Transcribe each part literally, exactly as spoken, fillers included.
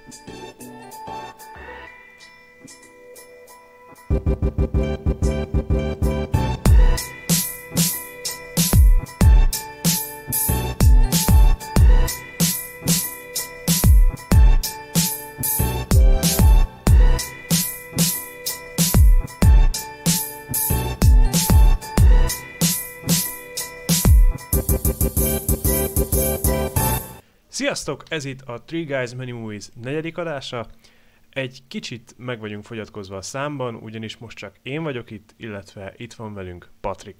Sziasztok! Ez itt a Three Guys Many Movies negyedik adása. Egy kicsit meg vagyunk fogyatkozva a számban, ugyanis most csak én vagyok itt, illetve itt van velünk Patrik.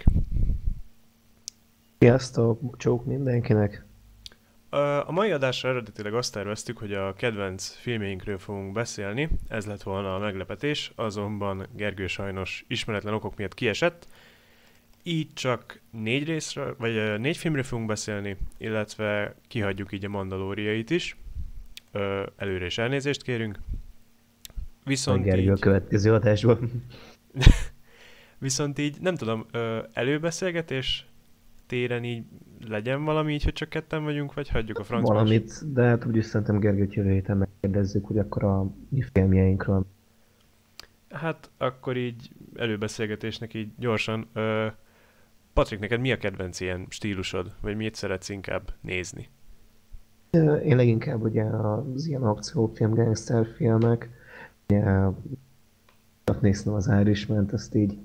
Sziasztok! Csók mindenkinek! A mai adásra eredetileg azt terveztük, hogy a kedvenc filmjeinkről fogunk beszélni. Ez lett volna a meglepetés, azonban Gergő sajnos ismeretlen okok miatt kiesett. Így csak négy részről, vagy négy filmről fogunk beszélni, illetve kihagyjuk így a Mandaloriait is. Ö, előre is elnézést kérünk. Viszont Gergő így... a következő adásban. Viszont így, nem tudom, ö, előbeszélgetés téren így legyen valami így, hogy csak ketten vagyunk, vagy hagyjuk a francba? Valamit, de hát úgyis szerintem Gergőt jövő héten megkérdezzük, hogy akkor a mi filmjeinkről. Hát akkor így előbeszélgetésnek így gyorsan. Ö, Patrik, neked mi a kedvenc ilyen stílusod? Vagy mit szeretsz inkább nézni? Én leginkább ugye az ilyen akciófilm, gangsterfilmek. Ugye ott néztem az Irishman-t, ezt így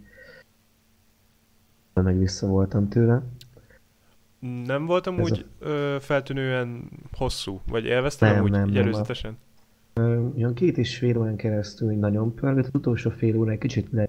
meg vissza voltam tőle. Nem voltam Ez úgy a... ö, feltűnően hosszú? Vagy élveztem nem, úgy nem, így nem, előzetesen? Olyan két és fél órán keresztül így nagyon pörgött, az utolsó fél óra egy kicsit le...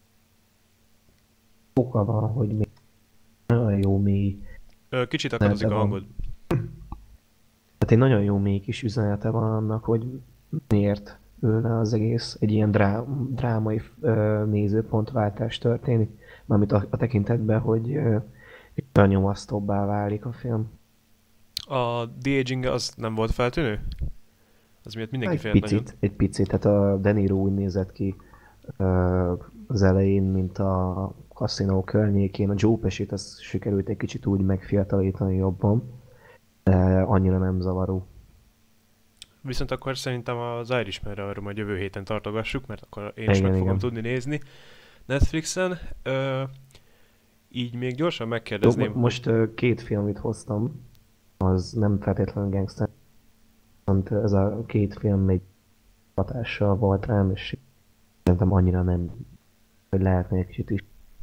Oka van, hogy még nagyon jó mély. Ö, kicsit akadozik a hangod. Tehát egy nagyon jó mély kis üzenete van annak, hogy miért ülne az egész, egy ilyen drá, drámai ö, nézőpontváltás történik, mármint a, a tekintetben, hogy ö, olyan nyomasztóbbá válik a film. A de-aging az nem volt feltűnő? Az miatt mindenki Egy félt picit, nagyon. egy picit, tehát a De Niro úgy nézett ki ö, az elején, mint a Casino környékén, a Joe Pesci-t azt sikerült egy kicsit úgy megfiatalítani jobban, de annyira nem zavaró. Viszont akkor szerintem az Irishmanre arra majd jövő héten tartogassuk, mert akkor én Igen, is meg fogom igen. tudni nézni Netflixen. Ö, így még gyorsan megkérdezném, Mo- Most hogy... két filmit hoztam, az nem feltétlenül gangster, hanem ez a két film egy hatással volt rám, és szerintem annyira nem, hogy lehetne egy kicsit is.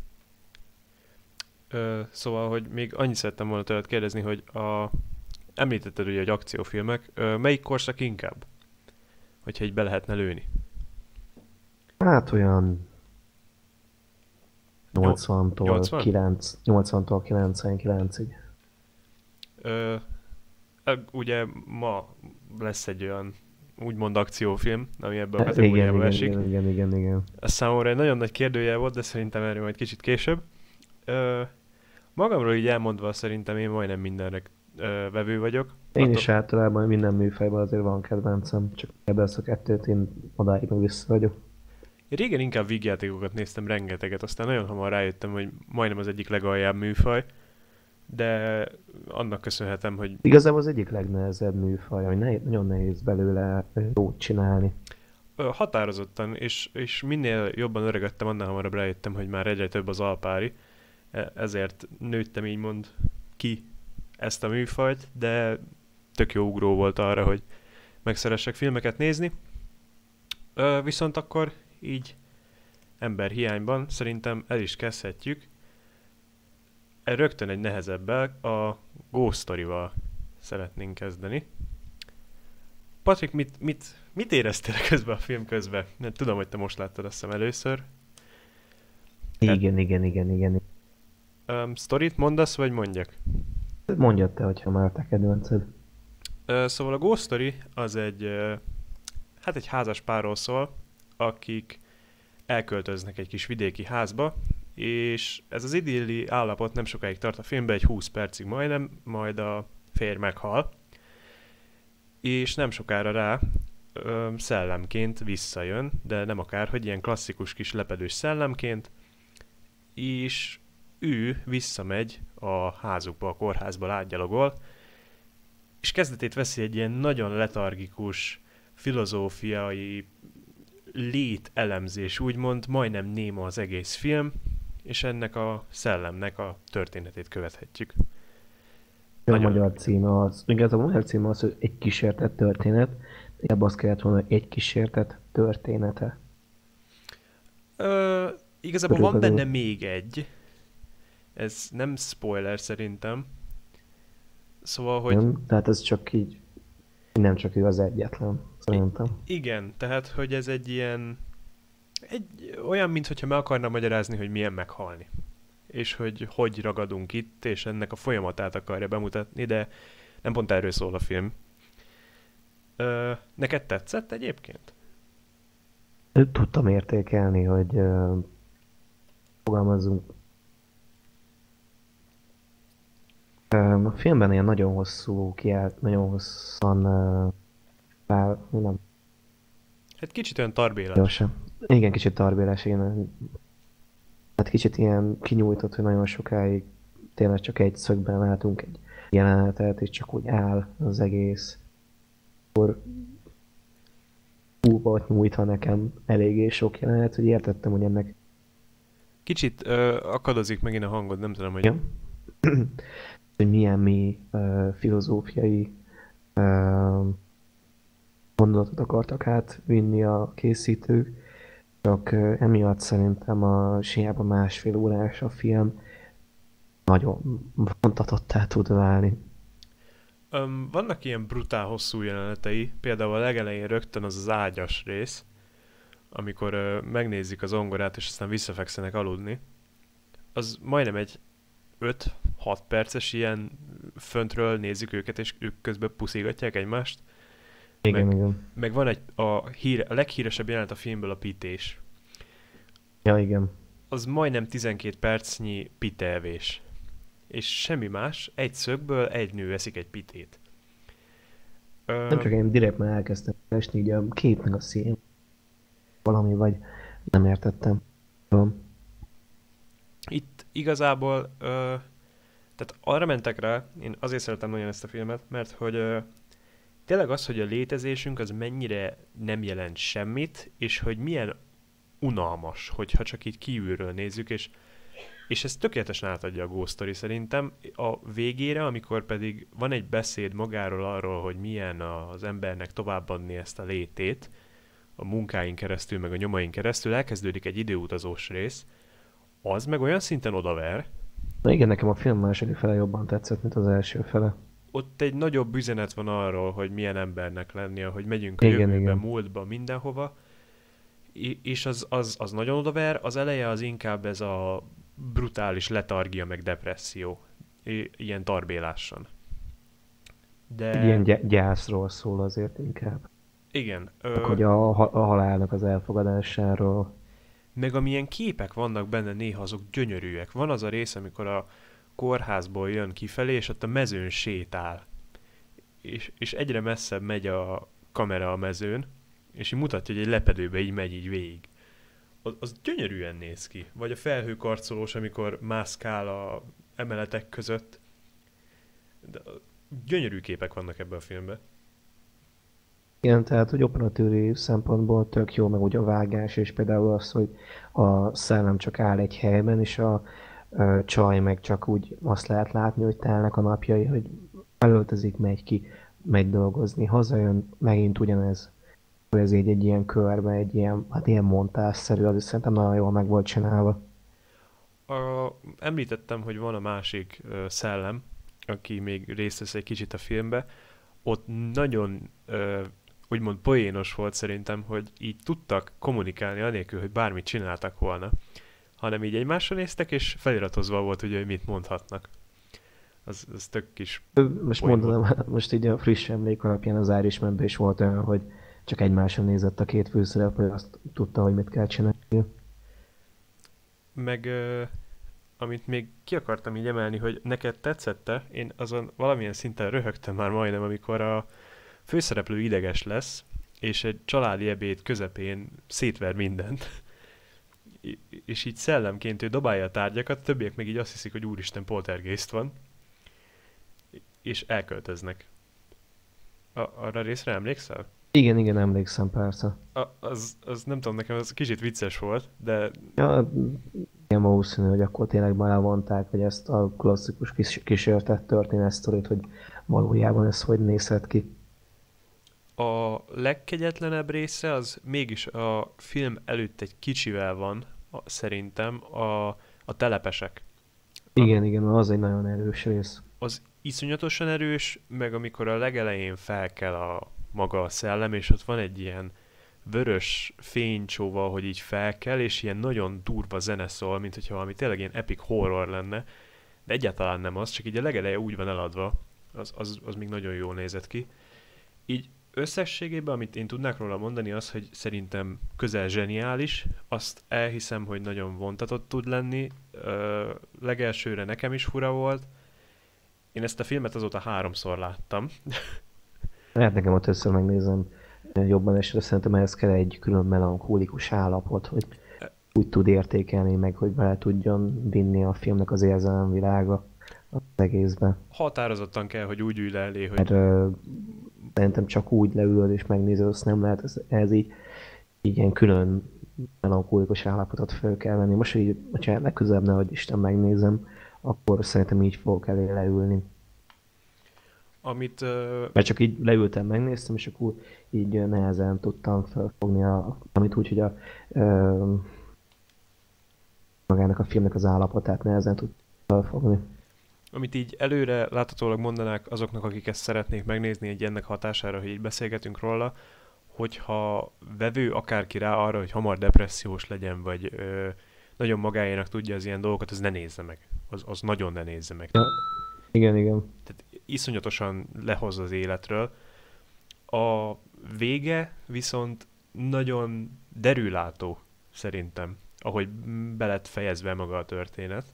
Ö, szóval, hogy még annyit szerettem volna tőled kérdezni, hogy a... említetted ugye, hogy akciófilmek, ö, melyik korszak inkább? Hogyha így be lehetne lőni. Hát olyan nyolcvantól nyolcvan? kilenc, nyolcvantól kilencvenkilencig. Ö, ugye ma lesz egy olyan úgymond akciófilm, ami ebben a Igen, kategóriába igen, esik. igen, igen, igen, igen. Ez számomra egy nagyon nagy kérdőjel volt, de szerintem erről majd kicsit később. Ö, magamról így elmondva szerintem én majdnem mindenre ö, vevő vagyok. Én Attól- is általában minden műfajban azért van kedvencem, csak ebben ezt a kettőt én odáig meg vissza vagyok. Én régen inkább vígjátékokat néztem rengeteget, aztán nagyon hamar rájöttem, hogy majdnem az egyik legaljább műfaj, de annak köszönhetem, hogy Igazából az egyik legnehezebb műfaj, hogy nehéz, nagyon nehéz belőle jót csinálni. ö, határozottan, és, és minél jobban öregedtem, annál hamarabb rájöttem, hogy már egyre több az alpári, E- ezért nőttem így mond ki ezt a műfajt, de tök jó ugró volt arra, hogy megszeressek filmeket nézni. Ö, viszont akkor így ember hiányban szerintem el is kezdhetjük. E, Rögtön egy nehezebbel, a Ghost Story-val szeretnénk kezdeni. Patrik, mit, mit, mit éreztél közben a film közben? Mert tudom, hogy te most láttad, azt hiszem, először. Hát- Igen, igen, igen, igen. Um, sztorit mondasz, vagy mondjak? Mondjad te, hogyha már te kedvenced. Ö, szóval a Ghost Story az egy, ö, hát egy házas párról szól, akik elköltöznek egy kis vidéki házba, és ez az idilli állapot nem sokáig tart a filmben, egy húsz percig majdnem, majd a férj meghal, és nem sokára rá ö, szellemként visszajön, de nem akárhogy, ilyen klasszikus kis lepedős szellemként, és ő visszamegy a házukba, a kórházba, átgyalogol, és kezdetét veszi egy ilyen nagyon letargikus, filozófiai lételemzés, úgymond, majdnem néma az egész film, és ennek a szellemnek a történetét követhetjük. A Nagyon magyar rövid. címe az, igazából a magyar címe az, hogy egy kísértett történet. Inkább azt kellett volna, hogy egy kísértett története. Ö, igazából van Körülbelül. benne még egy, ez nem spoiler szerintem, szóval, hogy Nem? Tehát ez csak így, nem csak ő az egyetlen, i- szerintem. igen, tehát, hogy ez egy ilyen, egy, olyan, mintha meg akarna magyarázni, hogy milyen meghalni. És hogy hogy ragadunk itt, és ennek a folyamatát akarja bemutatni, de nem pont erről szól a film. Ö, neked tetszett egyébként? Tudtam értékelni, hogy uh, fogalmazzunk. Uh, a filmben ilyen nagyon hosszú, kiállt, nagyon hosszan, uh, pár, nem, Hát kicsit olyan tarbélás. gyorsan. Igen, kicsit tarbélás, igen. Hát kicsit ilyen kinyújtott, hogy nagyon sokáig tényleg csak egy szögben látunk egy jelenetet, és csak úgy áll az egész. Akkor úgy volt nyújtva nekem eléggé sok jelenet, hogy értettem, hogy ennek Kicsit ö, akadozik megint a hangod, nem tudom, hogy... igen, hogy milyen mély uh, filozófiai uh, gondolatot akartak átvinni a készítők, csak uh, emiatt szerintem a hiába másfél órás a film nagyon vontatottá tud válni. Öm, vannak ilyen brutál hosszú jelenetei, például a legelején rögtön az az ágyas rész, amikor ö, megnézik az zongorát, és aztán visszafekszenek aludni. Az majdnem egy öt-hat perces ilyen föntről nézik őket, és ők közben puszigatják egymást. Igen, Meg, igen. meg van egy, a, híre, a leghíresebb jelenet a filmből a pités. Ja, igen. Az majdnem tizenkét percnyi piteevés. És semmi más, egy szögből egy nő eszik egy pitét. Nem Ö, csak én direkt már elkezdtem esni, így a kép meg a szín. Valami vagy nem értettem. Van. itt igazából, ö, tehát arra mentek rá, én azért szeretem nagyon ezt a filmet, mert hogy ö, tényleg az, hogy a létezésünk az mennyire nem jelent semmit, és hogy milyen unalmas, hogyha csak így kívülről nézzük, és, és ez tökéletesen átadja a Ghost Story szerintem. A végére, amikor pedig van egy beszéd magáról arról, hogy milyen az embernek továbbadni ezt a létét, a munkáin keresztül, meg a nyomain keresztül, elkezdődik egy időutazós rész, az meg olyan szinten odaver, Na igen, nekem a film második fele jobban tetszett, mint az első fele. ott egy nagyobb üzenet van arról, hogy milyen embernek lennie, hogy megyünk a Igen, jövőbe, igen. múltba, mindenhova, I- és az, az, az nagyon odaver, az eleje az inkább ez a brutális letargia, meg depresszió, I- ilyen tarbéláson. Egy ilyen De gy- gyászról szól azért inkább. igen, Meg ö, hogy a, ha- a halálnak az elfogadásáról. meg amilyen képek vannak benne néha, azok gyönyörűek. Van az a rész, amikor a kórházból jön kifelé, és ott a mezőn sétál. És, és egyre messzebb megy a kamera a mezőn, és így mutatja, hogy egy lepedőbe így megy így végig. Az, az gyönyörűen néz ki. Vagy a felhőkarcolós, amikor mászkál a emeletek között. De gyönyörű képek vannak ebben a filmben. Igen, tehát hogy operatőri szempontból tök jó, meg úgy a vágás, és például az, hogy a szellem csak áll egy helyben, és a ö, csaj meg csak úgy azt lehet látni, hogy telnek a napjai, hogy felöltözik, megy ki, megy dolgozni, hazajön, megint ugyanez. Ez így egy ilyen körbe, egy ilyen, hát ilyen montázszerű, az is szerintem nagyon jól meg volt csinálva. A, említettem, hogy van a másik ö, szellem, aki még részt vesz egy kicsit a filmbe. Ott nagyon ö, úgymond poénos volt szerintem, hogy így tudtak kommunikálni anélkül, hogy bármit csináltak volna, hanem így egymásra néztek, és feliratozva volt, ugye, hogy mit mondhatnak. Az, az tök kis Most poén volt. mondom, most így a friss emlék alapján az Irishmanben is volt olyan, hogy csak egymásra nézett a két főszereplő, azt tudta, hogy mit kell csinálni. Meg ö, amit még ki akartam így emelni, hogy neked tetszette, én azon valamilyen szinten röhögtem már majdnem, amikor a főszereplő ideges lesz, és egy családi ebéd közepén szétver mindent, I- és így szellemként ő dobálja a tárgyakat, a többiek meg így azt hiszik, hogy úristen, poltergeist van, és elköltöznek. A- arra részre emlékszel? Igen, igen, emlékszem persze. A, az, az nem tudom, nekem az kicsit vicces volt, de Ja, igen, valószínű, hogy akkor tényleg belevonták, hogy ezt a klasszikus kis, kísértett történet sztorit, hogy valójában ez hogy nézhet ki. a legkegyetlenebb része az mégis a film előtt egy kicsivel van, a, szerintem, a, a telepesek. A, Igen, igen, az egy nagyon erős rész. az iszonyatosan erős, meg amikor a legelején felkel a maga a szellem, és ott van egy ilyen vörös fénycsóval, hogy így felkel, és ilyen nagyon durva zene szól, mint hogyha valami tényleg ilyen epic horror lenne, de egyáltalán nem az, csak így a legeleje úgy van eladva, az, az, az még nagyon jól nézett ki. Így összességében, amit én tudnák róla mondani, az, hogy szerintem közel zseniális, azt elhiszem, hogy nagyon vontatott tud lenni. Ö, legelsőre nekem is fura volt. Én ezt a filmet azóta háromszor láttam. Lehet nekem ott össze megnézem jobban, és szerintem ehhez kell egy külön melankólikus állapot, hogy úgy tud értékelni, meg hogy bele tudjon vinni a filmnek az érzelemvilága az egészbe. Határozottan kell, hogy úgy ülj le elé, Mert hogy ö, szerintem csak úgy leülöd és megnézed, azt nem lehet, ez, ez így, így ilyen külön melankólikus állapotot fel kell venni. Most, hogy hogyha legközelebb nehogy Isten megnézem, akkor szerintem így fogok elé leülni. amit ö, Mert csak így leültem, megnéztem, és akkor így nehezen tudtam felfogni, a, amit úgy, hogy a, ö, magának a filmnek az állapotát nehezen tudtam felfogni. amit így előre láthatólag mondanák azoknak, akik ezt szeretnék megnézni egy ennek hatására, hogy így beszélgetünk róla, hogyha vevő akárki rá arra, hogy hamar depressziós legyen, vagy ö, nagyon magáénak tudja az ilyen dolgokat, az ne nézze meg. Az, az nagyon ne nézze meg. Ja, igen, igen. Tehát iszonyatosan lehoz az életről. A vége viszont nagyon derülátó, szerintem, ahogy be lett fejezve maga a történet.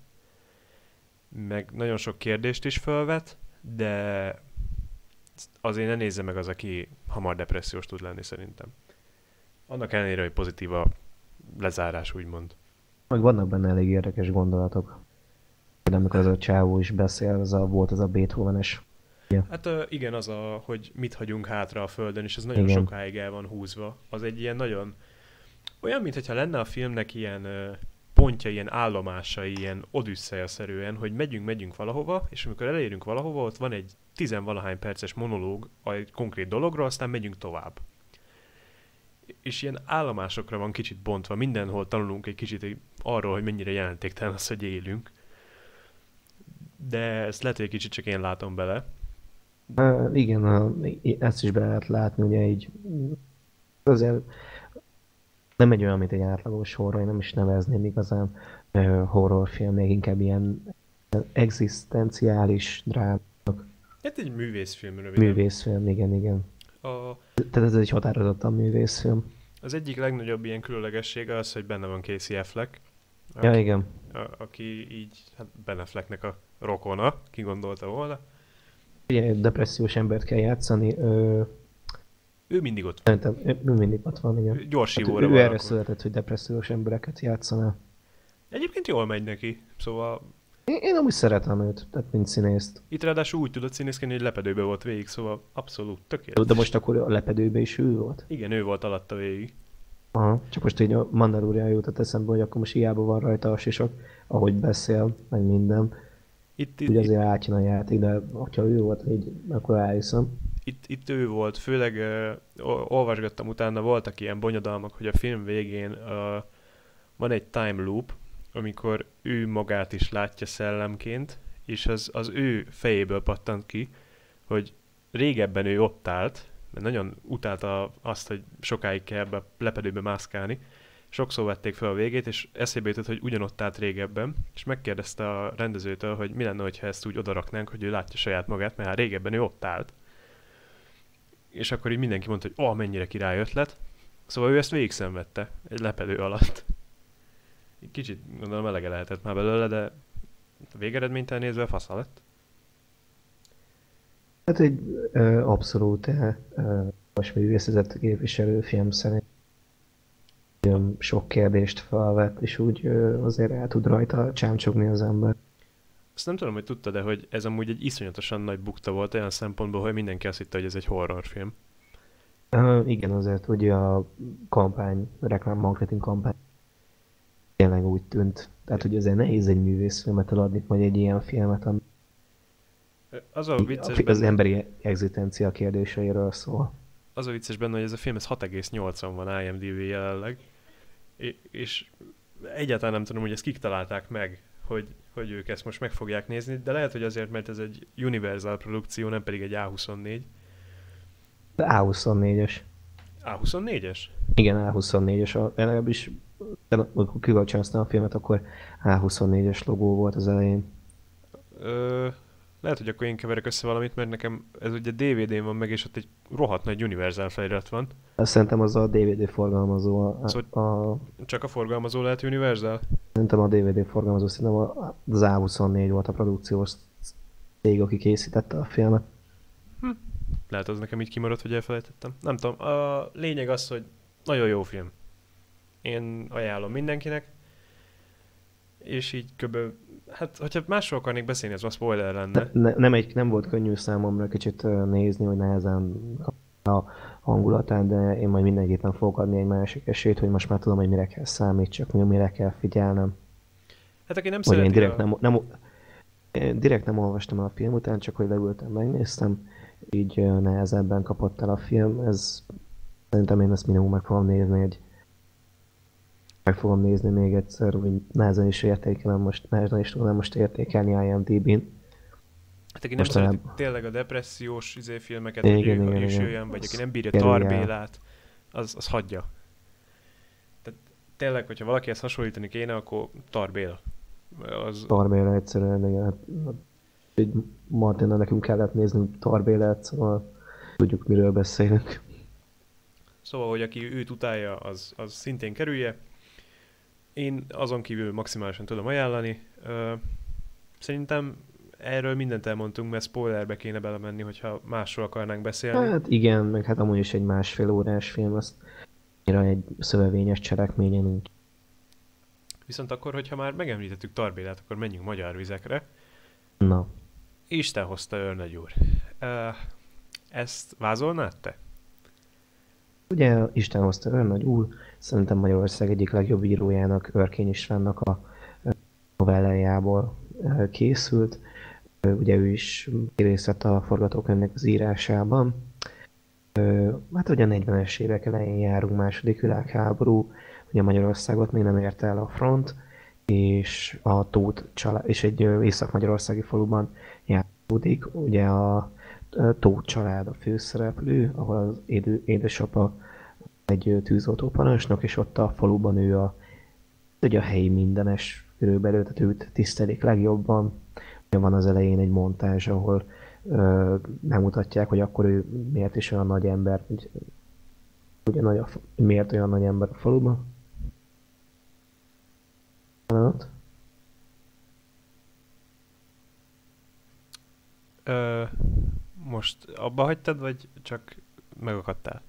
Meg nagyon sok kérdést is fölvet, de azért ne nézze meg az, aki hamar depressziós tud lenni, szerintem. Annak ellenére, hogy pozitív a lezárás, úgymond. Meg vannak benne elég érdekes gondolatok. Például amikor az a csávó is beszél, az a, volt az a Beethoven-es. Ja. Hát ö, igen, az a, hogy mit hagyunk hátra a földön, és ez nagyon Igen. sokáig el van húzva. Az egy ilyen nagyon, olyan, mintha lenne a filmnek ilyen ö, pontja, ilyen állomásai, ilyen odüsszeja-szerűen, hogy megyünk, megyünk valahova, és amikor elérünk valahova, ott van egy tizenvalahány perces monológ egy konkrét dologról, aztán megyünk tovább. És ilyen állomásokra van kicsit bontva, mindenhol tanulunk egy kicsit arról, hogy mennyire jelentéktelen az, hogy élünk. De ezt lehet, hogy egy kicsit csak én látom bele. Uh, igen, a, ezt is be lehet látni, ugye így azért nem egy olyan, mint egy átlagos horror, én nem is nevezném igazán uh, horrorfilmnek, inkább ilyen egzisztenciális dráma, Hát egy művészfilm röviden. művészfilm, igen, igen. A, Tehát ez egy határozottan művészfilm. az egyik legnagyobb ilyen különlegessége az, hogy benne van Casey Affleck, Ja, aki, igen. a, aki így, hát Ben Afflecknek a rokona, ki gondolta volna. Ugye depressziós embert kell játszani, ö, Ő mindig ott szerintem ő mindig ott van, igen. van. Gyors Hát ő, hívóra ő van erre rakva. született, hogy depressziós embereket játszaná. Egyébként jól megy neki, szóval Én, én amúgy szeretem őt, tehát mint színészt. itt ráadásul úgy tudott színészkedni, hogy lepedőbe volt végig, szóval abszolút De tökéletes. most akkor a lepedőben is ő volt. Igen, ő volt alatta végig. Aha. Csak most így a Mandalorian jutott eszembe, hogy akkor most hiába van rajta a sisak, ahogy beszél, meg minden. Itt, itt, Ugye itt, azért átjön a játék, de ha ő volt, így, akkor elhiszem. itt, itt ő volt, főleg uh, olvasgattam utána, voltak ilyen bonyodalmak, hogy a film végén uh, van egy time loop, amikor ő magát is látja szellemként, és az, az ő fejéből pattant ki, hogy régebben ő ott állt, mert nagyon utálta azt, hogy sokáig kell ebbe a lepedőbe mászkálni. Sokszor vették fel a végét, és eszébe jutott, hogy ugyanott állt régebben, és megkérdezte a rendezőtől, hogy mi lenne, ha ezt úgy odaraknánk, hogy ő látja saját magát, mert hát régebben ő ott állt. És akkor így mindenki mondta, hogy ó, oh, mennyire király ötlet. Szóval ő ezt végig szenvedte, egy lepedő alatt. Egy kicsit gondolom elege lehetett már belőle, de a végeredményt elnézve fasza lett. Hát egy ö, abszolút ö, ö, most művészetet képviselő film szerint ö, sok kérdést felvett, és úgy ö, azért el tud rajta csámcsogni az ember. Azt nem tudom, hogy tudtad, de hogy ez amúgy egy iszonyatosan nagy bukta volt olyan szempontból, hogy mindenki azt hitte, hogy ez egy horrorfilm. Uh, igen, azért ugye a kampány, reklám marketing kampány tényleg úgy tűnt. Tehát, hogy azért nehéz egy művészfilmet eladni, vagy egy ilyen filmet, ami Az a vicces az benne, hogy emberi egzisztencia kérdéseiről szól. az a vicces benne, hogy ez a film ez hat egész nyolcvan van IMDb jelenleg, é- és egyáltalán nem tudom, hogy ezt kik találták meg, hogy, hogy ők ezt most meg fogják nézni, de lehet, hogy azért, mert ez egy Universal produkció, nem pedig egy á huszonnégy. De á huszonnégyes. á huszonnégyes? Igen, á huszonnégyes. A, legalábbis amikor kivacsásztam a filmet, akkor á huszonnégyes logó volt az elején. Ö, lehet, hogy akkor én keverek össze valamit, mert nekem ez ugye dé vé dén van meg, és ott egy rohadt nagy Universal felirat van. Azt szerintem az a dé vé dé forgalmazó. A, Szóval a, csak a forgalmazó lehet Universal? szerintem a dé vé dé forgalmazó, szerintem a- az á huszonnégy volt a produkciós cég, aki készítette a filmet. Hm. Lehet, az nekem így kimaradt, hogy elfelejtettem. Nem tudom. A lényeg az, hogy nagyon jó film. Én ajánlom mindenkinek. És így kb. Hát, hogyha másról akarnék beszélni, ez már spoiler Ne, lenne. ne, nem, egy, nem volt könnyű számomra kicsit ö, nézni, hogy nehezen a hangulatát, de én majd mindenképpen fogok adni egy másik esélyt, hogy most már tudom, hogy mire kell számítsak, mire kell figyelnem. Hát aki nem Hogy én szereti direkt a... nem, nem, én direkt nem olvastam el a film után, csak hogy leültem, megnéztem, így ö, nehezebben kapott el a film. Ez szerintem én ezt minimum meg fogom nézni, egy, meg fogom nézni még egyszer, hogy nehezen is értékelem most, nehezen is tudom most értékelni IMDb-n. Hát aki nem szereti Mostanában. tényleg a depressziós izé filmeket, hogy Igen, ő, igen, is igen. jöjjön, vagy aki Az nem bírja kerülje el. Tarbélát, az, az hagyja. Tehát tényleg, hogyha valakihez hasonlítani kéne, akkor Tarbél. Az, Tarbéla egyszerűen, igen. Hát, hát, így Martinnal nekünk kellett néznünk Tarbélát, szóval tudjuk, miről beszélünk. szóval, hogy aki őt utálja, az, az szintén kerülje. Én azon kívül maximálisan tudom ajánlani. Ö, szerintem erről mindent elmondtunk, mert spoilerbe kéne belemenni, hogyha másról akarnánk beszélni. Hát igen, meg hát amúgy is egy másfél órás film, azt annyira egy szövevényes cselekménye nincs. Viszont akkor, hogyha már megemlítettük Tarbélát, akkor menjünk magyar vizekre. Na, Isten hozta őrnagy úr. Ö, ezt vázolnád te? ugye Isten hozta Őrnagy úr, szerintem Magyarország egyik legjobb írójának, Örkény Istvánnak a ö, novellájából ö, készült. Ö, Ugye ő is részt vett a forgatókönyvnek az írásában. Ö, Hát ugye a negyvenes évek elején járunk, második világháború, ugye Magyarországot még nem érte el a front, és a Tóth család, és egy ö, észak-magyarországi faluban játszódik, ugye a ö, Tóth család a főszereplő, ahol az édő, édesapa egy ö, tűzoltóparancsnok, és ott a faluban ő a, ugye a helyi mindenes körülbelül, tehát őt tisztelik legjobban. Ugye van az elején egy montázs, ahol ö, megmutatják, hogy akkor ő miért is olyan nagy ember, hogy ugye nagy a, fa- miért olyan nagy ember a faluban. Ott. Ö, most abba hagytad, vagy csak megakadtál?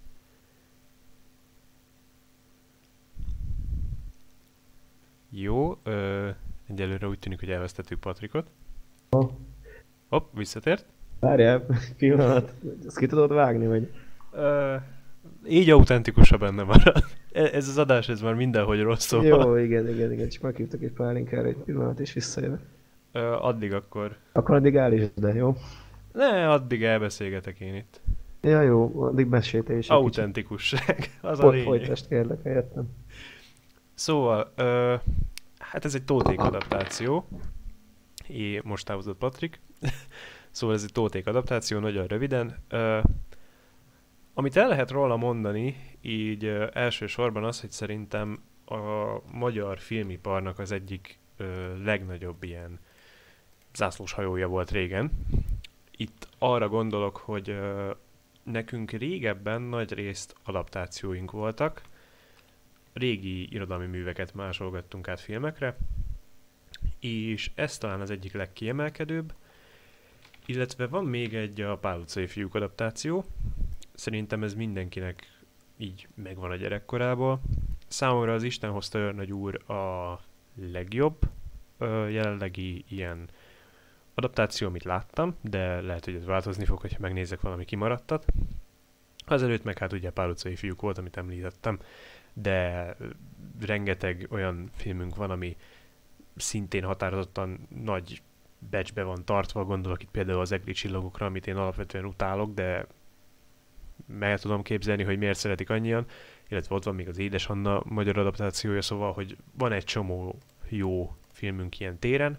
Jó, ö, egyelőre úgy tűnik, hogy elvesztettük Patrikot. Hopp, visszatért. Várjál, pillanat, ezt ki tudod vágni, vagy? Ö, így autentikusabb benne marad. E- Ez az adás, ez már mindenhogy rossz, szóval. Jó, igen, igen, igen, csak meghívtak egy pálinkára egy pillanat, és visszajövök. Ö, addig akkor... Akkor addig áll is, de jó? Ne, addig elbeszélgetek én itt. Ja, jó, addig meséltél is egy kicsit. Autentikusság, az a Foly- lényeg. Folytasd, kérlek, helyettem. Szóval, ö, hát ez egy Tóték adaptáció. É, most távozott Patrik. Szóval ez egy Tóték adaptáció, nagyon röviden. Ö, amit el lehet róla mondani, így ö, elsősorban az, hogy szerintem a magyar filmiparnak az egyik ö, legnagyobb ilyen zászlós hajója volt régen. Itt arra gondolok, hogy ö, nekünk régebben nagy részt adaptációink voltak, régi irodalmi műveket másolgattunk át filmekre, és ez talán az egyik legkiemelkedőbb, illetve van még egy a Pál utcai fiúk adaptáció, szerintem ez mindenkinek így megvan a gyerekkorából. Számomra az Isten hozta őrnagy úr a legjobb ö, jelenlegi ilyen adaptáció, amit láttam, de lehet, hogy ez változni fog, hogyha megnézek valami kimaradtat. Azelőtt meg hát ugye Pál utcai fiúk volt, amit említettem, de rengeteg olyan filmünk van, ami szintén határozottan nagy becsbe van tartva, gondolok itt például az Egri csillagokra, amit én alapvetően utálok, de meg tudom képzelni, hogy miért szeretik annyian, illetve ott van még az Édes Anna magyar adaptációja, szóval, hogy van egy csomó jó filmünk ilyen téren.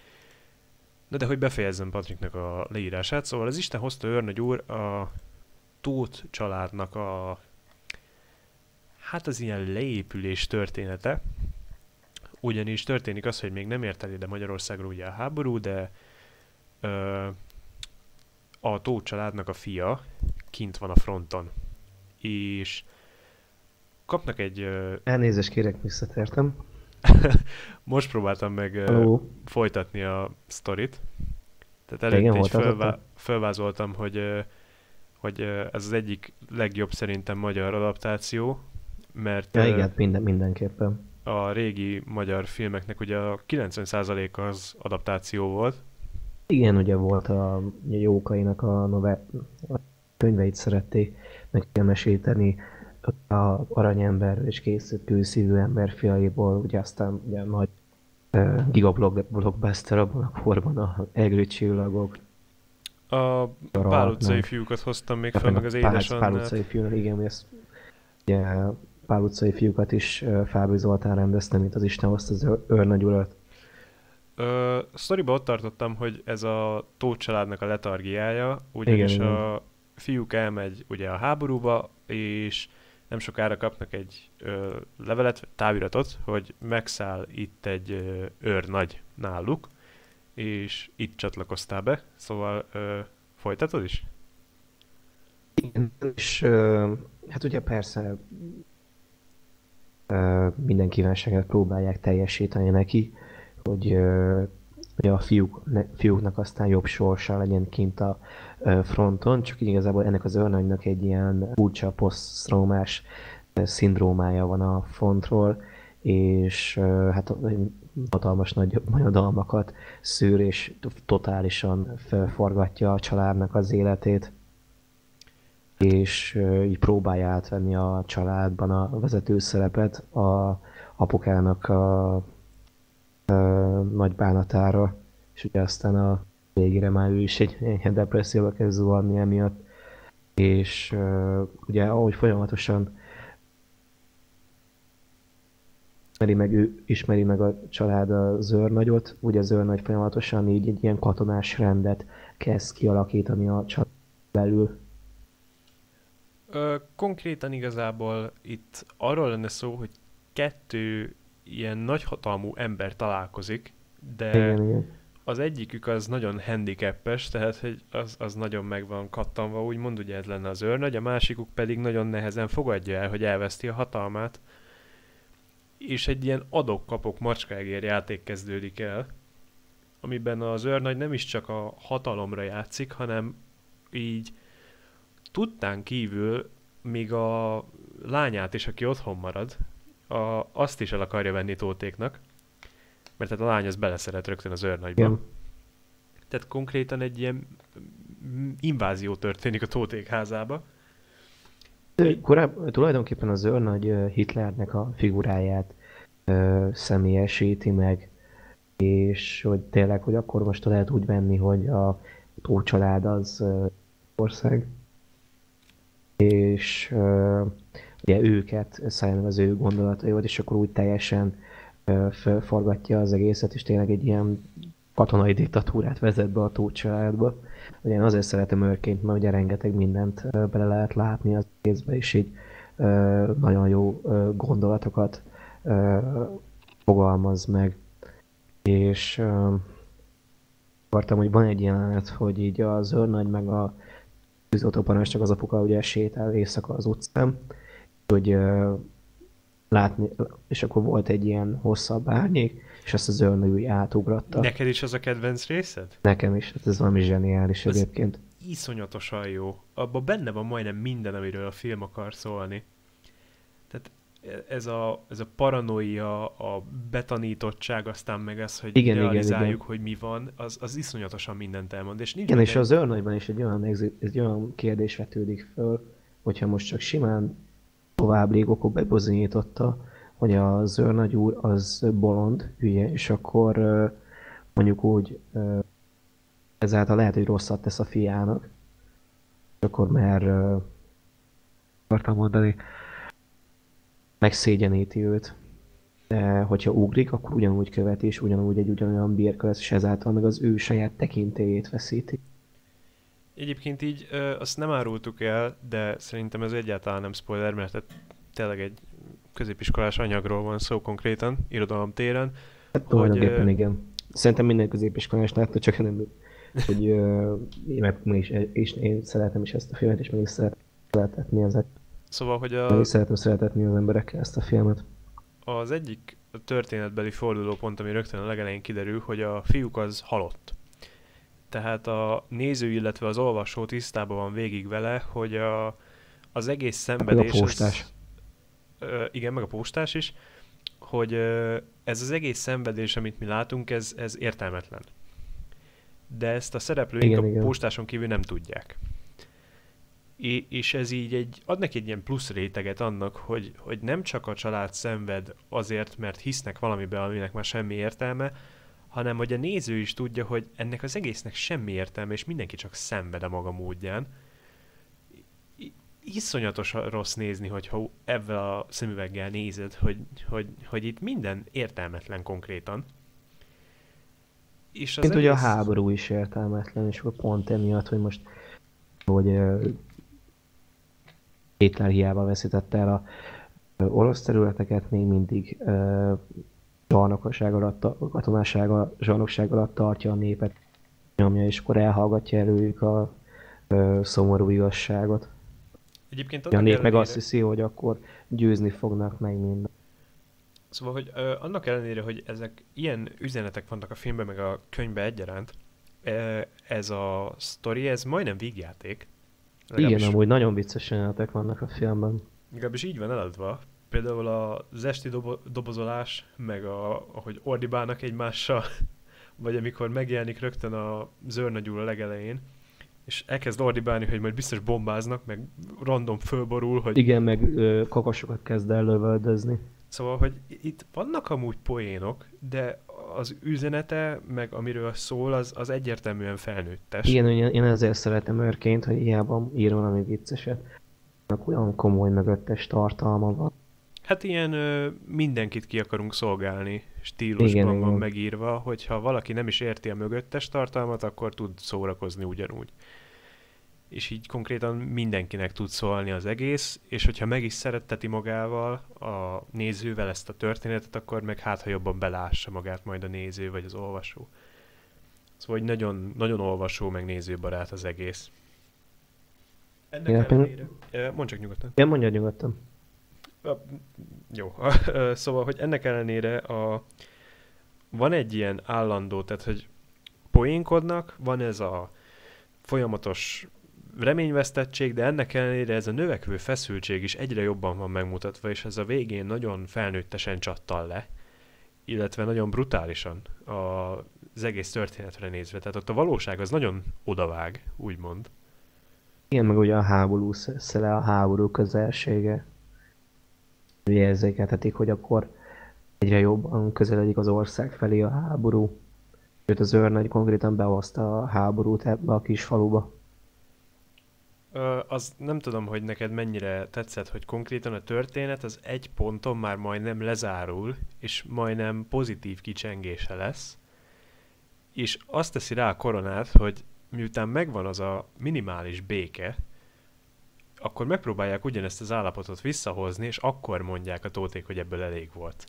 Na de hogy befejezzem Patriknak a leírását, szóval az Isten hozta őrnagy úr a Tóth családnak a hát az ilyen leépülés története, ugyanis történik az, hogy még nem ért el ide Magyarországra ugye a háború, de ö, a Tóth családnak a fia kint van a fronton, és kapnak egy... Ö, Elnézést kérek, visszatértem. most próbáltam meg ö, folytatni a sztorit, tehát előtt így fölvá, fölvázoltam, hogy, ö, hogy ö, ez az egyik legjobb szerintem magyar adaptáció, mert... Ja, igen, minden, mindenképpen. A régi magyar filmeknek ugye a kilencven százaléka az adaptáció volt. Igen, ugye volt a Jókainak a, nove- a könyveit szerették megmesíteni, a Aranyember és készült Kőszívű ember fiaiból, ugye aztán ugye a nagy uh, gigablockbuster abban a korban a Egri csillagok. A Pál utcai fiúkat hoztam még fel, meg az Édes Annát. Pál utcai fiúkat, igen, ezt ugye Pál utcai fiúkat is uh, Fábri Zoltán rendezte, mint az Isten hozta az őrnagy urat. Ö, sztoriba ott tartottam, hogy ez a Tóth családnak a letargiája, ugyanis igen, a igen. fiúk elmegy ugye a háborúba, és nem sokára kapnak egy ö, levelet, táviratot, hogy megszáll itt egy ö, őrnagy náluk, és itt csatlakoztál be, szóval ö, folytatod is? Igen, és ö, hát ugye persze ö, minden kívánságát próbálják teljesíteni neki, hogy, ö, hogy a fiúk, ne, fiúknak aztán jobb sorsa legyen kint a ö, fronton, csak igazából ennek az őrnagynak egy ilyen furcsa posztraumás szindrómája van a frontról, és ö, hát hatalmas nagy bonyodalmakat szűr, és totálisan felforgatja a családnak az életét, és ö, így próbálja átvenni a családban a vezető szerepet a apukának a ö, nagy bánatára, és ugye aztán a végére már ő is egy ilyen depresszióba kezd zuhanni emiatt, és ö, ugye ahogy folyamatosan ismeri meg, ő ismeri meg a család az őrnagyot, ugye az őrnagy folyamatosan így egy ilyen katonás rendet kezd kialakítani a család belül. Ö, konkrétan igazából itt arról lenne szó, hogy kettő ilyen nagyhatalmú ember találkozik, de igen, igen. az egyikük az nagyon handicappes, tehát hogy az, az nagyon meg van kattanva, úgymond, ugye ez lenne az őrnagy, a másikuk pedig nagyon nehezen fogadja el, hogy elveszti a hatalmát, és egy ilyen adok-kapok macskágér játék kezdődik el, amiben az őrnagy nem is csak a hatalomra játszik, hanem így tudtán kívül még a lányát is, aki otthon marad, a, azt is el akarja venni Tóthéknak, mert hát a lány az beleszeret rögtön az őrnagyba. Igen. Tehát konkrétan egy ilyen invázió történik a Tóthék házába. Korábban tulajdonképpen az őrnagy Hitlernek a figuráját ö, személyesíti meg, és hogy tényleg, hogy akkor most lehet úgy venni, hogy a Tóth család az ö, ország, és ö, ugye őket szálljon az ő gondolataival, és akkor úgy teljesen ö, felforgatja az egészet, és tényleg egy ilyen katonai diktatúrát vezet be a Tóth családba. Ugye én azért szeretem őrként, mert ugye rengeteg mindent ö, bele lehet látni az egészbe, és így ö, nagyon jó ö, gondolatokat ö, fogalmaz meg. És ö, akartam, hogy van egy jelenet, hogy így az őrnagy meg a tűzoltóparancsnok, az apuka ugye sétál éjszaka az utcán, hogy ö, látni, és akkor volt egy ilyen hosszabb árnyék, és azt az őrnagy úgy átugratta. Neked is az a kedvenc részed? Nekem is, hát ez valami zseniális az egyébként. Iszonyatosan jó. Abban benne van majdnem minden, amiről a film akar szólni. Tehát ez a, ez a paranoia, a betanítottság, aztán meg az, hogy igen, realizáljuk, igen, igen. hogy mi van, az, az iszonyatosan mindent elmond. És nincs igen, és az őrnagyban is egy olyan, egy olyan kérdés vetődik föl, hogyha most csak simán tovább légokó bebizonyította, hogy a Zörnagy úr az bolond, hülye, és akkor ö, mondjuk úgy ö, ezáltal lehet, hogy rosszat tesz a fiának, és akkor már ö, akartam mondani, megszégyeníti őt. De hogyha ugrik, akkor ugyanúgy követi, és ugyanúgy egy ugyanolyan bírka lesz, és ezáltal meg az ő saját tekintélyét veszíti. Egyébként így ö, azt nem árultuk el, de szerintem ez egyáltalán nem spoiler, mert hát tényleg egy középiskolás anyagról van szó konkrétan, irodalomtéren, Hát hogy tulajdonképpen ö, igen. Szerintem minden középiskolás látta, csak nem, hogy ö, én, meg, meg is, és én szeretem is ezt a filmet, és meg is szeretem szeretetni, az, szóval, hogy meg is a, szeretem szeretetni az emberekkel ezt a filmet. az egyik történetbeli fordulópont, ami rögtön a legelején kiderül, hogy a fiúk az halott. Tehát a néző, illetve az olvasó tisztában van végig vele, hogy a, az egész Meg a szenvedés... postás. Az, ö, igen, meg a postás is, hogy ö, ez az egész szenvedés, amit mi látunk, ez, ez értelmetlen. De ezt a szereplőink Igen, a igen. postáson kívül nem tudják. É, és ez így egy, ad neki egy ilyen plusz réteget annak, hogy, hogy nem csak a család szenved azért, mert hisznek valamiben, aminek már semmi értelme, hanem hogy a néző is tudja, hogy ennek az egésznek semmi értelme, és mindenki csak szenved a maga módján. I- Iszonyatos rossz nézni, hogyha ebben a szemüveggel nézed, hogy, hogy, hogy itt minden értelmetlen konkrétan. És az Mint ugye a egész... háború is értelmetlen, és akkor pont emiatt, hogy most hogy ö, Hitler hiába veszítette el a ö, orosz területeket, még mindig ö, zsarnokság alatt, katonaság, alatt- zsarnokság alatt tartja a népet, nyomja, és akkor elhallgatja előjük a ö, szomorú igazságot. Egyébként A annak nép meg ellenére... azt hiszi, hogy akkor győzni fognak meg minden. Szóval, hogy ö, annak ellenére, hogy ezek ilyen üzenetek vannak a filmben, meg a könyvben egyaránt, ö, ez a sztori, ez majdnem vígjáték. Igen, Legalábbis, amúgy nagyon vicces jelenetek vannak a filmben. legalábbis így van eladva. Például az esti dobo- dobozolás, meg a, ahogy ordibálnak egymással, vagy amikor megjelenik rögtön a Zörnagy úr a legelején, és elkezd ordibálni, hogy majd biztos bombáznak, meg random fölborul, hogy... Igen, meg ö, kakasokat kezd el lövöldözni. Szóval, hogy itt vannak amúgy poénok, de az üzenete, meg amiről szól, az, az egyértelműen felnőttes. Igen, én, én ezért szeretem őrként, hogy hiába ír valami vicceset. Annak olyan komoly mögöttes tartalma van. Hát ilyen ö, mindenkit ki akarunk szolgálni stílusban Igen, van igen. megírva, hogyha valaki nem is érti a mögöttes tartalmat, akkor tud szórakozni ugyanúgy. És így konkrétan mindenkinek tud szólni az egész, és hogyha meg is szeretteti magával, a nézővel ezt a történetet, akkor meg hát, ha jobban belássa magát majd a néző vagy az olvasó. Szóval hogy nagyon, nagyon olvasó, meg nézőbarát az egész. Ennek Igen, ellenére... Ö, Mondd csak nyugodtan. Igen, mondja nyugodtan. A, jó, szóval, hogy ennek ellenére a, van egy ilyen állandó, tehát, hogy poénkodnak, van ez a folyamatos reményvesztettség, de ennek ellenére ez a növekvő feszültség is egyre jobban van megmutatva, és ez a végén nagyon felnőttesen csattal le, illetve nagyon brutálisan a, az egész történetre nézve. Tehát ott a valóság az nagyon odavág, úgymond. Igen, meg ugye a háború szele, a háború közelsége. Ugye érzékeltetik, hogy akkor egyre jobban közeledik az ország felé a háború. Sőt, az őrnagy konkrétan behozta a háborút ebbe a kis faluba. Ö, az nem tudom, hogy neked mennyire tetszett, hogy konkrétan a történet az egy ponton már majdnem lezárul, és majdnem pozitív kicsengése lesz, és azt teszi rá a koronát, hogy miután megvan az a minimális béke, akkor megpróbálják ugyanezt az állapotot visszahozni, és akkor mondják a tóték, hogy ebből elég volt.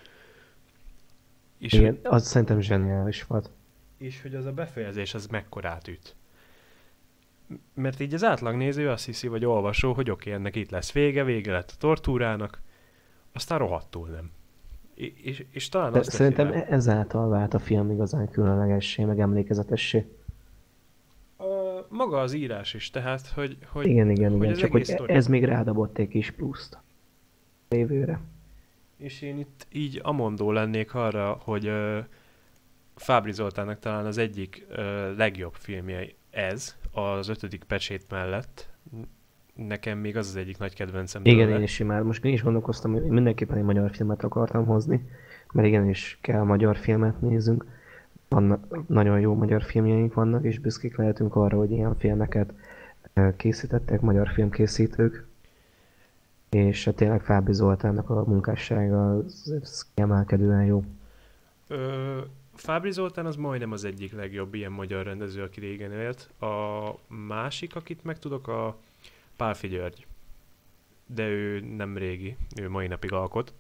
És, Igen, az szerintem zseniális volt. és hogy az a befejezés az mekkorát üt. Mert így az átlagnéző azt hiszi, vagy olvasó, hogy oké, ennek itt lesz vége, vége lett a tortúrának, aztán rohadtul nem. És, és, és talán De azt szerintem teszi rá. ezáltal vált a film igazán különlegessé, meg emlékezetessé. Ö, maga az írás is, tehát, hogy, hogy, Igen, igen, hogy igen, az csak hogy egész sztori. ez még rádobott egy kis pluszt a lévőre. És én itt így amondó lennék arra, hogy ö, Fábry Zoltánnak talán az egyik ö, legjobb filmje ez, az ötödik pecsét mellett. nekem még az az egyik nagy kedvencem Igen, tőle. én is imádom. Most én is gondolkoztam, hogy mindenképpen egy magyar filmet akartam hozni, mert igenis kell magyar filmet nézzünk. Vannak, nagyon jó magyar filmjeink vannak, és büszkék lehetünk arra, hogy ilyen filmeket ö, készítettek magyar filmkészítők, és hát tényleg Fábri Zoltánnak a munkássága az, az kiemelkedően jó. Ö, Fábri Zoltán az majdnem az egyik legjobb ilyen magyar rendező, aki régen élt. A másik, akit megtudok, a Pálffy György. De ő nem régi, ő mai napig alkot.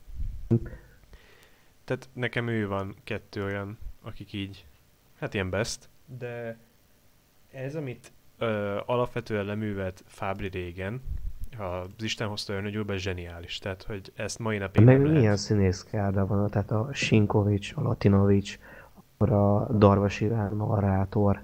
Tehát nekem ő van kettő olyan, akik így, hát ilyen best. De ez, amit ö, alapvetően leművelt Fábri régen, az Isten hozta örnögyülbe, zseniális. Tehát, hogy ezt mai napig Meg nem milyen lehet. színészkárda van, tehát a Sinkovics, a Latinovics, akkor a Darvas Iván narrátor.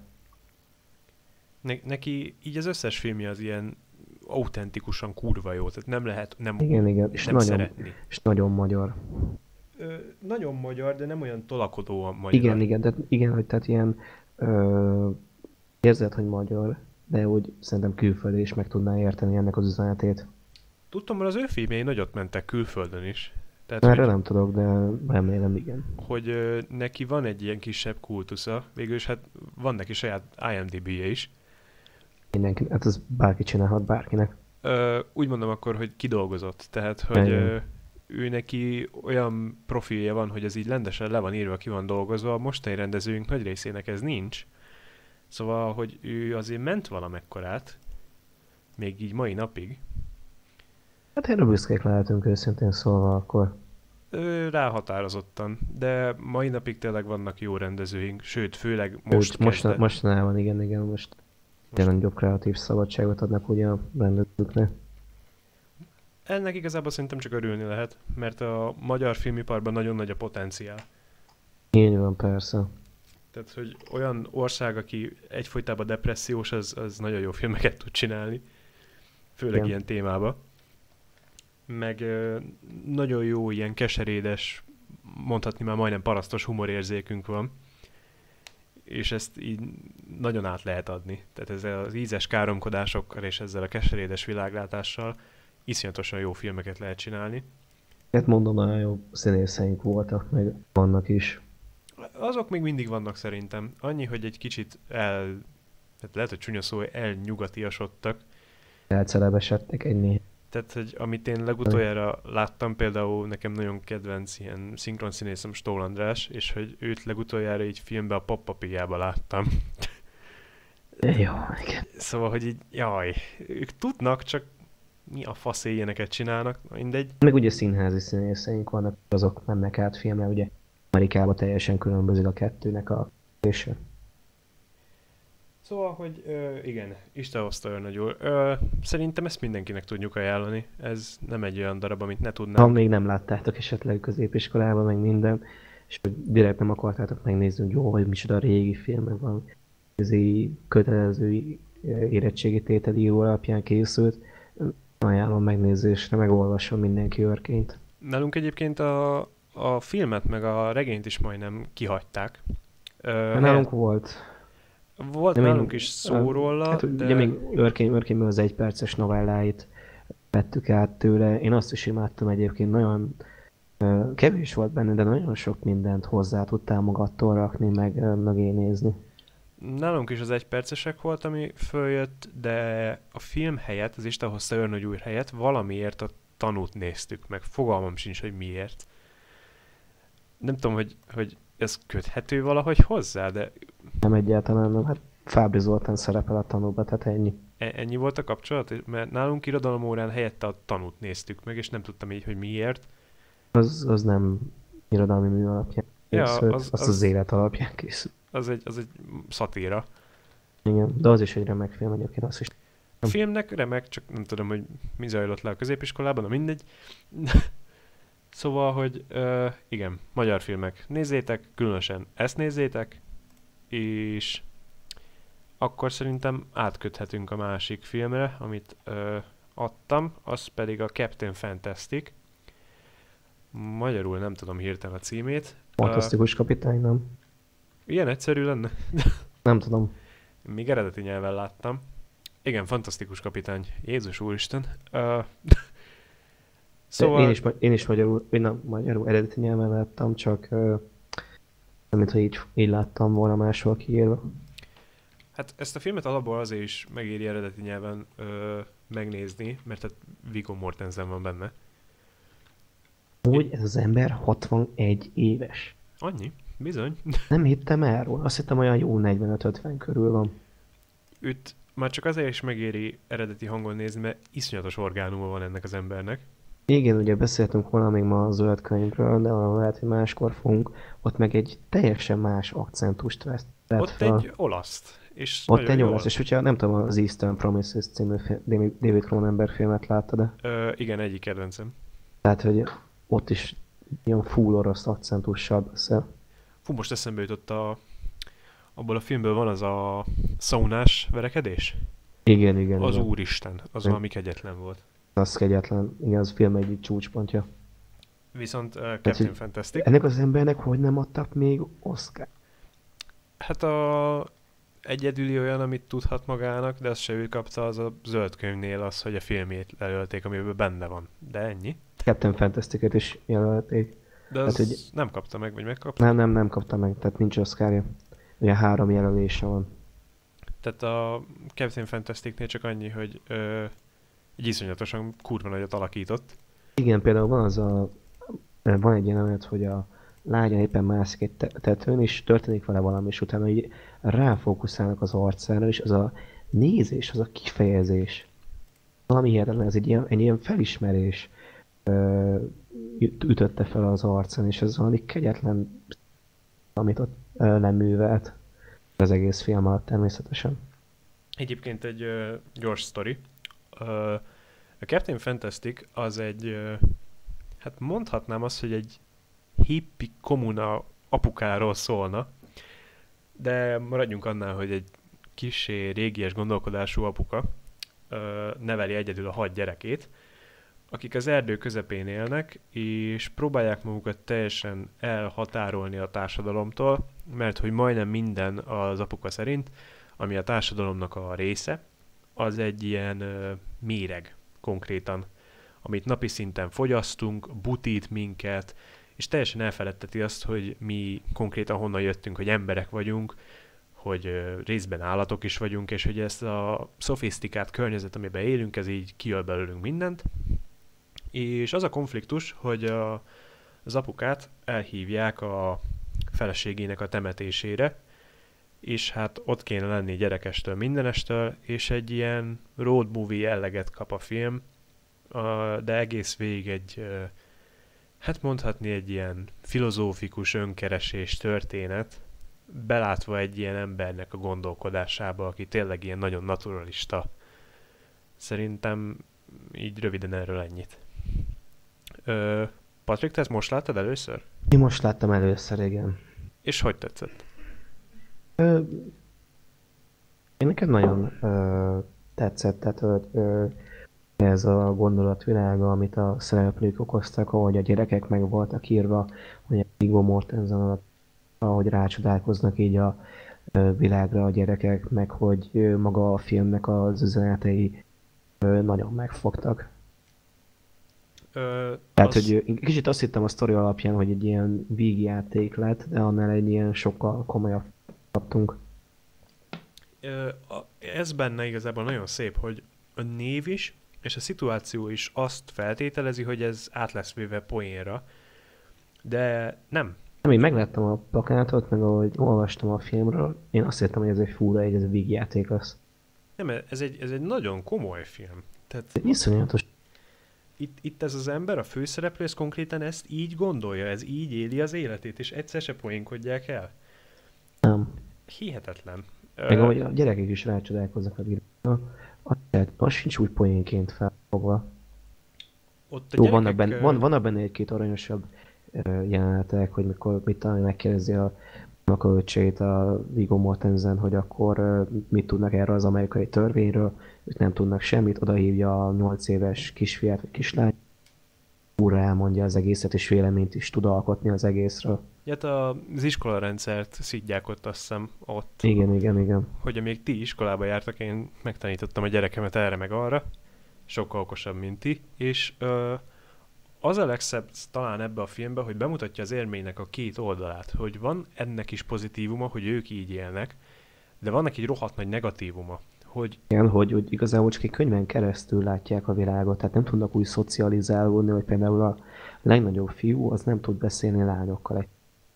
Ne- neki így az összes filmje az ilyen autentikusan kurva jó, tehát nem lehet nem, Igen, igen, és nem nagyon, szeretni. és nagyon magyar. Ö, nagyon magyar, de nem olyan tolakodóan magyar. Igen, igen, tehát, igen, hogy tehát ilyen ö, érzed, hogy magyar, de úgy szerintem külföldre is meg tudná érteni ennek az üzenetét. Tudtam, hogy az ő filmjei nagyot mentek külföldön is. Tehát, Erre hogy, nem tudok, de remélem igen. hogy ö, neki van egy ilyen kisebb kultusza, végülis hát van neki saját IMDb-je is. Mindenki, hát ez bárki csinálhat bárkinek. Ö, úgy mondom akkor, hogy kidolgozott, tehát, hogy Igen. ö, ő neki olyan profilja van, hogy ez így rendesen le van írva, ki van dolgozva, a mostani rendezőink nagy részének ez nincs. Szóval, hogy ő azért ment valamekkorát, még így mai napig. Hát erre büszkék lehetünk őszintén szólva akkor. Ő ráhatározottan, de mai napig tényleg vannak jó rendezőink, sőt, főleg most Most, most, kezdett. mostanában igen, igen, most Most tényleg jobb kreatív szabadságot adnak ugye a rendezőknek. ennek igazából szerintem csak örülni lehet, mert a magyar filmiparban nagyon nagy a potenciál. Így van, persze. Tehát, hogy olyan ország, aki egyfolytában depressziós, az, az nagyon jó filmeket tud csinálni. Főleg Igen. ilyen témába. Meg ö, nagyon jó ilyen keserédes, mondhatni már majdnem parasztos humorérzékünk van. És ezt így nagyon át lehet adni. Tehát ezzel az ízes káromkodásokkal és ezzel a keserédes világlátással iszonyatosan jó filmeket lehet csinálni. Hát mondom, nagyon jó színészeink voltak, meg vannak is. Azok még mindig vannak szerintem. Annyi, hogy egy kicsit el... Hát lehet, hogy csúnya szó, elnyugatiasodtak. Elcelebesedtek egy néhány. Tehát, hogy amit én legutoljára láttam, például nekem nagyon kedvenc ilyen szinkron színészem Stól András, és hogy őt legutoljára így filmben a Pappapijában láttam. Jó, igen. Szóval, hogy így, jaj, ők tudnak, csak mi a fasz ilyeneket csinálnak, na mindegy. Meg ugye színházi színészeink vannak, azok mennek át filmre, ugye Amerikában teljesen különbözik a kettőnek a és Szóval, hogy ö, igen, Isten hozta örnegyül. Ö, szerintem ezt mindenkinek tudjuk ajánlani. Ez nem egy olyan darab, amit ne ha tudnánk. még nem láttátok esetleg középiskolában, meg minden, és hogy direkt nem akartátok megnézni, hogy jó, hogy micsoda régi filmek van, ez így kötelező érettségi tételíró alapján készült, ajánlom megnézésre, megolvasom mindenki őrként. Nálunk egyébként a, a filmet meg a regényt is majdnem kihagyták. Ö, Nálunk volt. Volt De még- nálunk is szó róla, Hát de... ugye még őrkény, őrkényből az egyperces novelláit vettük át tőle. Én azt is imádtam egyébként, nagyon ö, kevés volt benne, de nagyon sok mindent hozzá tudtál magattól rakni, meg ö, mögé nézni. Nálunk is az egypercesek volt, ami följött, de a film helyett, az Isten hozta őrnagyúr helyett valamiért a tanút néztük meg. Fogalmam sincs, hogy miért. Nem tudom, hogy, hogy ez köthető valahogy hozzá, de Nem egyáltalán, nem. Hát Fábri Zoltán szerepel a tanúba, tehát ennyi. e- ennyi volt a kapcsolat? Mert nálunk irodalomórán helyette a tanút néztük meg, és nem tudtam így, hogy miért. Az, az nem irodalmi mű alapján Ja, készült, az- az, az- az élet alapján készült. Az egy, az egy szatíra. Igen, de az is egy remek film egyébként, azt is. A filmnek remek, csak nem tudom, hogy mi zajlott le a középiskolában, na mindegy. Szóval, hogy uh, igen, magyar filmek. Nézzétek, különösen ezt nézzétek, és akkor szerintem átköthetünk a másik filmre, amit uh, adtam, az pedig a Captain Fantastic. Magyarul nem tudom hirtelen a címét. Fantasztikus kapitány, nem? Ilyen egyszerű lenne? Nem tudom. Még eredeti nyelven láttam. Igen, fantasztikus kapitány. Jézus úristen. Uh, De én szóval, is, ma- én is magyarul, én nem magyarul eredeti nyelven láttam, csak uh, nem, mintha így, így láttam volna máshol kiírva. hát ezt a filmet alapból azért is megéri eredeti nyelven ö, megnézni, mert hát Viggo Mortensen van benne. Úgy ez az ember hatvanegy éves. Annyi? Bizony. Nem hittem el róla, azt hittem olyan jó negyvenöt-ötven körül van. Őt már csak azért is megéri eredeti hangon nézni, mert iszonyatos orgánuma van ennek az embernek. Igen, ugye beszéltünk volna még ma a zöld könyvről, de arra lehet, hogy máskor fogunk. Ott meg egy teljesen más akcentust vett vett Ott fel. egy olaszt, és Ott nagyon egy jól. olasz, és hogyha nem tudom, az Eastern Promises című fi- David Cronenberg filmet látta, de Ö, igen, egyik kedvencem. tehát, hogy ott is ilyen full orosz akcentussal beszél. Fú, most eszembe jutott a... Abból a filmből van az a szaunás verekedés? Igen, igen, Az igen. úristen, az valami kegyetlen volt. Az kegyetlen, igen, az film egyik csúcspontja. Viszont uh, Tehát, Captain hogy Fantastic, ennek az embernek hogy nem adtak még Oscar? hát a egyedüli olyan, amit tudhat magának, de azt se ő kapta, az a zöld könyvnél az, hogy a filmét lelölték, amiben benne van. De ennyi. Captain Fantastic-et is jelölték. De az Hát, hogy nem kapta meg, vagy megkapta. nem, nem, nem kapta meg, tehát nincs Oscarja. Ugye három jelölése van. Tehát a Captain Fantasticnél csak annyi, hogy ö, egy iszonyatosan kurva nagyot alakított. Igen, például van az a... Van egy jelenet, hogy a lánya éppen mászik egy te- tetőn, és történik vele valami, és utána így ráfókuszálnak az arcára, és az a nézés, az a kifejezés. Valami hihetetlen, ez egy ilyen, egy ilyen felismerés ö, üt- ütötte fel az arcán, és ez valami kegyetlen, amit ott ö, nem művelt az egész film alatt természetesen. Egyébként egy ö, gyors sztori. Ö, a Captain Fantastic az egy, ö, hát mondhatnám azt, hogy egy hippi kommuna apukáról szólna, de maradjunk annál, hogy egy kissé régies gondolkodású apuka ö, neveli egyedül a hat gyerekét, akik az erdő közepén élnek, és próbálják magukat teljesen elhatárolni a társadalomtól, mert hogy majdnem minden az apuka szerint, ami a társadalomnak a része, az egy ilyen ö, méreg konkrétan, amit napi szinten fogyasztunk, butít minket, és teljesen elfeledteti azt, hogy mi konkrétan honnan jöttünk, hogy emberek vagyunk, hogy ö, részben állatok is vagyunk, és hogy ezt a szofisztikált környezet, amiben élünk, ez így kiöl belőlünk mindent. És az a konfliktus, hogy a, az apukát elhívják a feleségének a temetésére, és hát ott kéne lenni gyerekestől, mindenestől, és egy ilyen road movie jelleget kap a film, a- de egész végig egy, ö, hát mondhatni egy ilyen filozófikus önkeresés történet, belátva egy ilyen embernek a gondolkodásába, aki tényleg ilyen nagyon naturalista. Szerintem így röviden erről ennyit. Ö, Patrik, te ezt most láttad először? Én most láttam először, igen. És hogy tetszett? Ö, én nekem nagyon ö, tetszett, tehát ö, ö, ez a gondolatvilága, amit a szereplők okoztak, ahogy a gyerekek meg voltak írva, hogy a Viggo Mortensen alatt, ahogy rácsodálkoznak így a ö, világra a gyerekek, meg hogy ö, maga a filmnek az üzenetei ö, nagyon megfogtak. Ö, Tehát, az, hogy ö, kicsit azt hittem a sztori alapján, hogy egy ilyen vígjáték lett, de annál egy ilyen sokkal komolyabb kaptunk. ö, a, ez benne igazából nagyon szép, hogy a név is, és a szituáció is azt feltételezi, hogy ez át lesz véve poénra, de nem. Nem, én megláttam a plakátot, meg ahogy olvastam a filmről, én azt hittem, hogy ez egy fúra, egy ez egy vígjáték lesz. Nem, ez egy, ez egy nagyon komoly film. Tehát Ez iszonyatos. itt, itt ez az ember, a főszereplő, ez konkrétan ezt így gondolja, ez így éli az életét, és egyszer se poénkodják el. Nem. Hihetetlen. Meg Ö, ahogy a gyerekek is rácsodálkoznak a világra, az, az sincs úgy poénként felfogva. ott a Jó, gyerekek, vannak benne, ö, van, vannak benne egy-két aranyosabb ö, jelenetek, hogy mikor mit talán megkérdezi a unokaöccsét a Viggo Mortensen, hogy akkor ö, mit tudnak erről az amerikai törvényről, ők nem tudnak semmit, odahívja a nyolc éves kisfiát vagy kislány, úrra elmondja az egészet, és véleményt is tud alkotni az egészről. Ja, hát az iskolarendszert szidják ott, azt hiszem, ott, Igen, igen, igen. hogy amíg ti iskolába jártak, én megtanítottam a gyerekemet erre meg arra, sokkal okosabb, mint ti, és ö, az a legszebb talán ebbe a filmbe, hogy bemutatja az érménynek a két oldalát, hogy van ennek is pozitívuma, hogy ők így élnek, de vannak egy rohadt nagy negatívuma, hogy Igen, hogy, hogy igazából csak egy könyven keresztül látják a világot, tehát nem tudnak úgy szocializálódni, hogy például a legnagyobb fiú az nem tud beszélni lányokkal.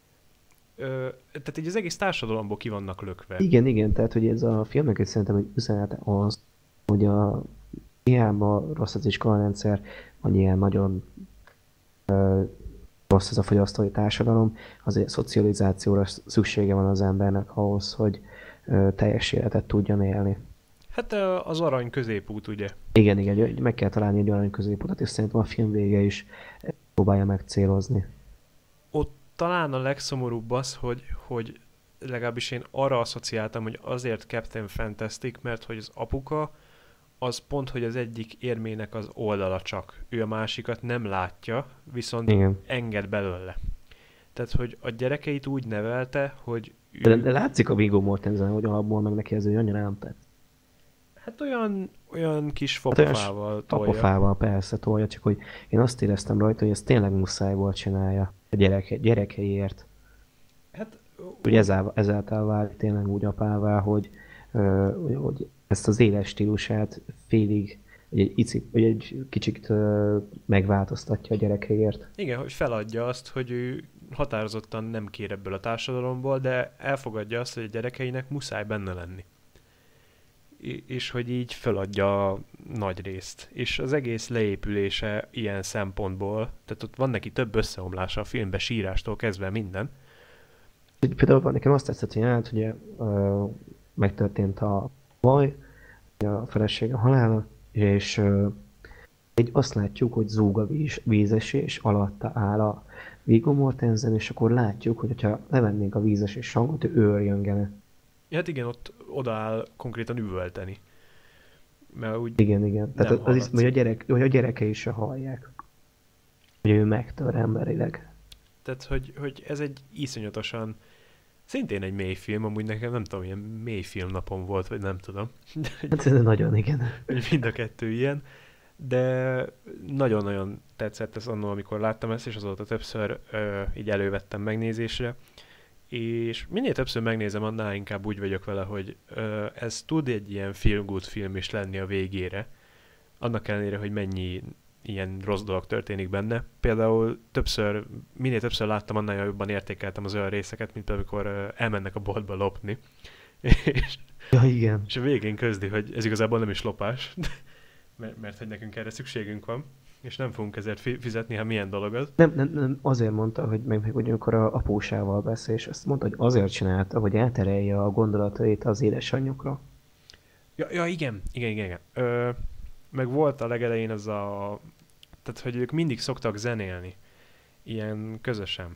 ö, tehát így az egész társadalomból ki vannak lökve. Igen, igen, tehát hogy ez a filmnek is szerintem egy üzenete az, hogy a hiába rossz az iskolarendszer, vagy ilyen nagyon ö, rossz ez a fogyasztói társadalom, azért szocializációra szüksége van az embernek ahhoz, hogy ö, teljes életet tudjon élni. Hát ö, az arany középút, ugye? Igen, igen, hogy meg kell találni egy olyan középutat, és szerintem a film vége is próbálja megcélozni. Ott talán a legszomorúbb az, hogy, hogy legalábbis én arra asszociáltam, hogy azért Captain Fantastic, mert hogy az apuka az pont, hogy az egyik érmének az oldala csak. Ő a másikat nem látja, viszont Igen. enged belőle. Tehát, hogy a gyerekeit úgy nevelte, hogy De, ő, de látszik a Viggo Mortensen, hogy alapból meg neki ez egy annyira nem tett. hát olyan, olyan kis Hát olyan fopofával tolja. Apofával persze tolja, csak hogy én azt éreztem rajta, hogy ezt tényleg muszáj volt csinálja a gyereke, gyerekeiért. Hát, Hogy ezáltal, ezáltal válik tényleg úgy apává, hogy, ö, hogy, hogy ezt az éles stílusát félig, vagy egy, ici, vagy egy kicsit ö, megváltoztatja a gyerekeiért. igen, hogy feladja azt, hogy ő határozottan nem kér ebből a társadalomból, de elfogadja azt, hogy a gyerekeinek muszáj benne lenni. I- és hogy így feladja a nagy részt. És az egész leépülése ilyen szempontból, tehát ott van neki több összeomlása a filmbe, sírástól kezdve minden. Úgy például van- nekem azt tetszett, hogy hát ugye ö, megtörtént a baj, a felesége halála, és ö, így azt látjuk, hogy zúg a víz, vízesés, alatta áll a Viggo Mortensen, és akkor látjuk, hogy ha levennénk a vízesés hangot, ő őrjöngene. Ja, hát igen, ott odaáll konkrétan üvölteni. Mert úgy Igen, igen. Tehát nem az, az is, hogy a, hallatszik. gyerek, hogy a gyerekei se hallják, hogy ő megtör emberileg. Tehát, hogy, hogy ez egy iszonyatosan, szintén egy mély film, amúgy nekem nem tudom, ilyen mély filmnapom volt, vagy nem tudom. Hát ez nagyon igen. Hogy mind a kettő ilyen. De nagyon-nagyon tetszett ez annól, amikor láttam ezt, és azóta többször ö, így elővettem megnézésre. És minél többször megnézem, annál inkább úgy vagyok vele, hogy ö, ez tud egy ilyen feel good film is lenni a végére. Annak ellenére, hogy mennyi ilyen rossz dolog történik benne. Például többször, minél többször láttam, annál jobban értékeltem az olyan részeket, mint például, amikor ö, elmennek a boltba lopni. és, Ja, igen. és a végén közli, hogy ez igazából nem is lopás, mert, mert hogy nekünk erre szükségünk van, és nem fogunk ezért fi- fizetni, ha milyen dolog az. Nem, nem, nem, azért mondta, hogy meg, meg hogy amikor a apósával beszél, és azt mondta, hogy azért csinálta, hogy elterelje a gondolatait az édesanyjukra. Ja, ja igen, igen, igen. igen. Ö, meg volt a legelején az a... Tehát, hogy ők mindig szoktak zenélni. Ilyen közösen.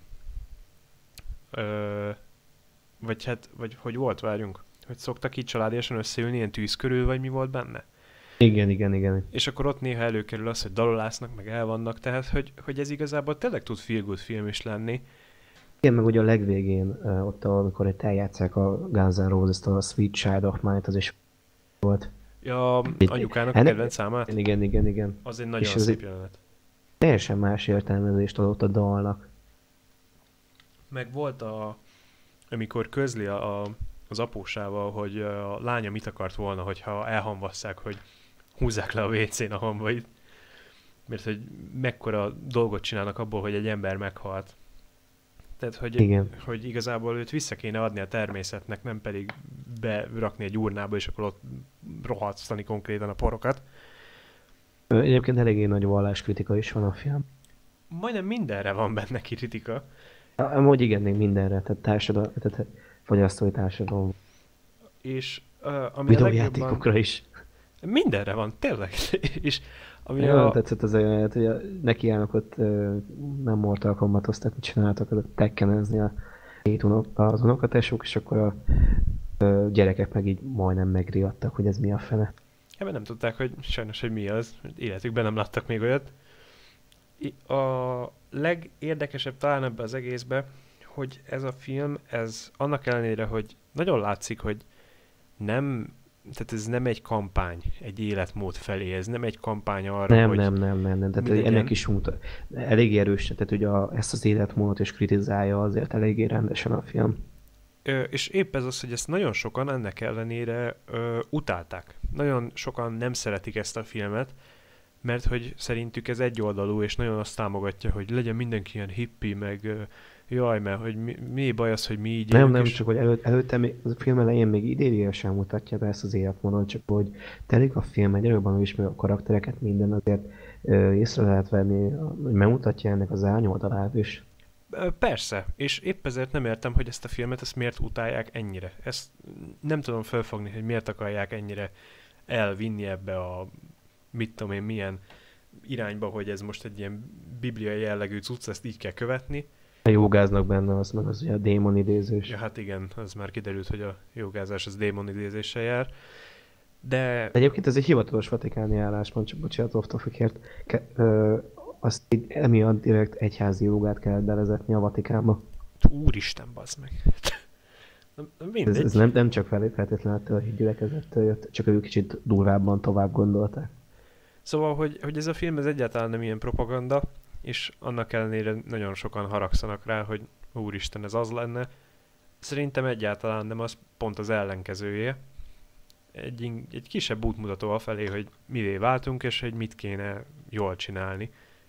Ö, vagy hát, vagy hogy volt, várjunk. Hogy szoktak így családiasan összeülni, ilyen tűz körül, vagy mi volt benne? Igen, igen, igen. És akkor ott néha előkerül az, hogy dalolásznak, meg elvannak, tehát, hogy, hogy ez igazából tényleg tud feel good film is lenni. Igen, meg ugye a legvégén, uh, ott, amikor itt eljátszák a Guns N' Roses-t, a Sweet Child of Mine-t, az is volt. Ja, Itt- anyukának a ennek- kedvenc számát? Igen, igen, igen. Az egy nagyon és ez szép egy- jelenet. Teljesen más értelmezést adott a dalnak. Meg volt a, amikor közli a, a, az apósával, hogy a lánya mit akart volna, hogyha elhamvasszák, hogy húzzák le a vécén a hamvait. Mert hogy mekkora dolgot csinálnak abból, hogy egy ember meghalt. Tehát, hogy, Igen. hogy igazából őt vissza kéne adni a természetnek, nem pedig berakni egy urnába, és akkor ott rohadsztani konkrétan a porokat. Ö, Egyébként eléggé nagy valláskritika is van a film. Majdnem mindenre van benne kritika. Amúgy igen, még mindenre, tehát társadalom, tehát fogyasztói társadalom, És uh, ami a legjobban... videójátékokra is. Mindenre van, tényleg. És ami Ja, a... tetszett az a jelenet, hogy a, nekiállnak ott ö, nem Mortal Kombatoztak, mit csináltak, ott tekkenezni a két unok, az unokatesók, és akkor a ö, gyerekek meg így majdnem megriadtak, hogy ez mi a fene. Ebben nem tudták, hogy sajnos, hogy mi az. Életükben nem láttak még olyat. I- A legérdekesebb talán ebbe az egészbe, hogy ez a film, ez annak ellenére, hogy nagyon látszik, hogy nem, tehát ez nem egy kampány egy életmód felé, ez nem egy kampány arra, Nem, hogy nem, nem, nem, nem. Tehát mi hogy ennek legyen. is mutat, elég erős, tehát hogy a, ezt az életmódot is kritizálja azért eléggé rendesen a film. Ö, és épp ez az, hogy ezt nagyon sokan ennek ellenére ö, utálták. Nagyon sokan nem szeretik ezt a filmet, mert hogy szerintük ez egyoldalú, és nagyon azt támogatja, hogy legyen mindenki ilyen hippi, meg ö, jaj, mert hogy mi, mi baj az, hogy mi így Nem, élünk, nem, és csak hogy előtt, előtte még, a film elején még idézőjelesen mutatja be ezt az életmódot, csak hogy telik a film egy előbb ismer a karaktereket, minden azért ö, észre lehet venni, hogy megmutatja ennek az árnyoldalát is. Ö, persze, és épp ezért nem értem, hogy ezt a filmet, ezt miért utálják ennyire. Ezt nem tudom felfogni, hogy miért akarják ennyire elvinni ebbe a mit tudom én milyen irányba, hogy ez most egy ilyen bibliai jellegű cucc, ezt így kell követni. A jogáznak benne, az meg az ugye a démon idézés. Ja, hát igen, az már kiderült, hogy a jogázás az démon idézéssel jár. De Egyébként ez egy hivatalos vatikáni álláspont, csak bocsánat, off topicért. Ke- ö, azt így emiatt direkt egyházi jogát kell bevezetni a Vatikánba. úristen, bazd meg. Na, Ez, ez mindegy. nem, nem csak felé feltétlenül attól a gyülekezettől jött, csak ők kicsit durvábban tovább gondolták. Szóval, hogy, hogy ez a film ez egyáltalán nem ilyen propaganda, és annak ellenére nagyon sokan haragszanak rá, hogy úristen, ez az lenne. Szerintem egyáltalán nem, az pont az ellenkezője. Egy, in- egy kisebb útmutató afelé, hogy mivé váltunk, és hogy mit kéne jól csinálni.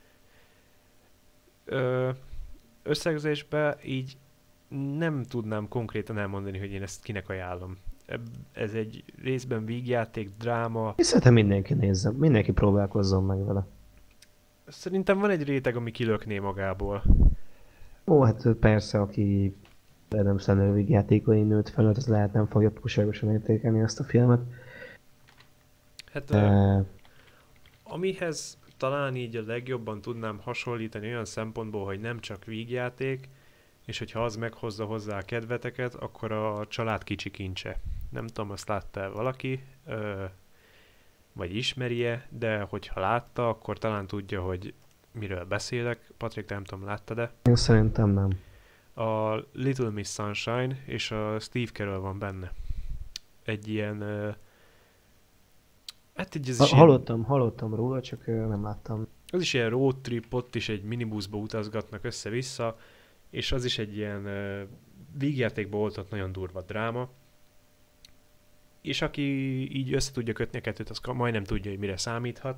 Ö, összegzésben így nem tudnám konkrétan elmondani, hogy én ezt kinek ajánlom. Ebb- Ez egy részben vígjáték, dráma. És szerintem mindenki nézze, mindenki próbálkozzon meg vele. Szerintem van egy réteg, ami kilökné magából. Ó, hát persze, aki Adam Sandler vígjátékai nőtt fel, az lehet nem fogja túlságosan értékelni ezt a filmet. Hát ö, De amihez talán így a legjobban tudnám hasonlítani olyan szempontból, hogy nem csak vígjáték, és hogyha az meghozza hozzá a kedveteket, akkor a Család kicsi kincse. Nem tudom, azt látta valaki, ö, vagy ismeri-e, de hogyha látta, akkor talán tudja, hogy miről beszélek. Patrik, nem tudom, látta, de én szerintem nem. a Little Miss Sunshine és a Steve Carell van benne. Egy ilyen, ö, hát így ez Ha- is ilyen, Hallottam, hallottam róla, csak ö, nem láttam. az is ilyen road trip, ott is egy minibuszba utazgatnak össze-vissza, és az is egy ilyen ö, vígjátékba oltott nagyon durva dráma, és aki így össze tudja kötni a kettőt, az ka- majdnem tudja, hogy mire számíthat.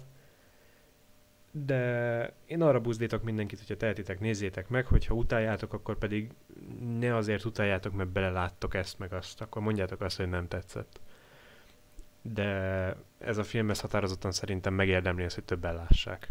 De én arra buzdítok mindenkit, hogyha tehetitek, nézzétek meg, hogyha utáljátok, akkor pedig ne azért utáljátok, mert beleláttok ezt meg azt, akkor mondjátok azt, hogy nem tetszett. De ez a film, ez határozottan szerintem megérdemli azt, hogy többen lássák.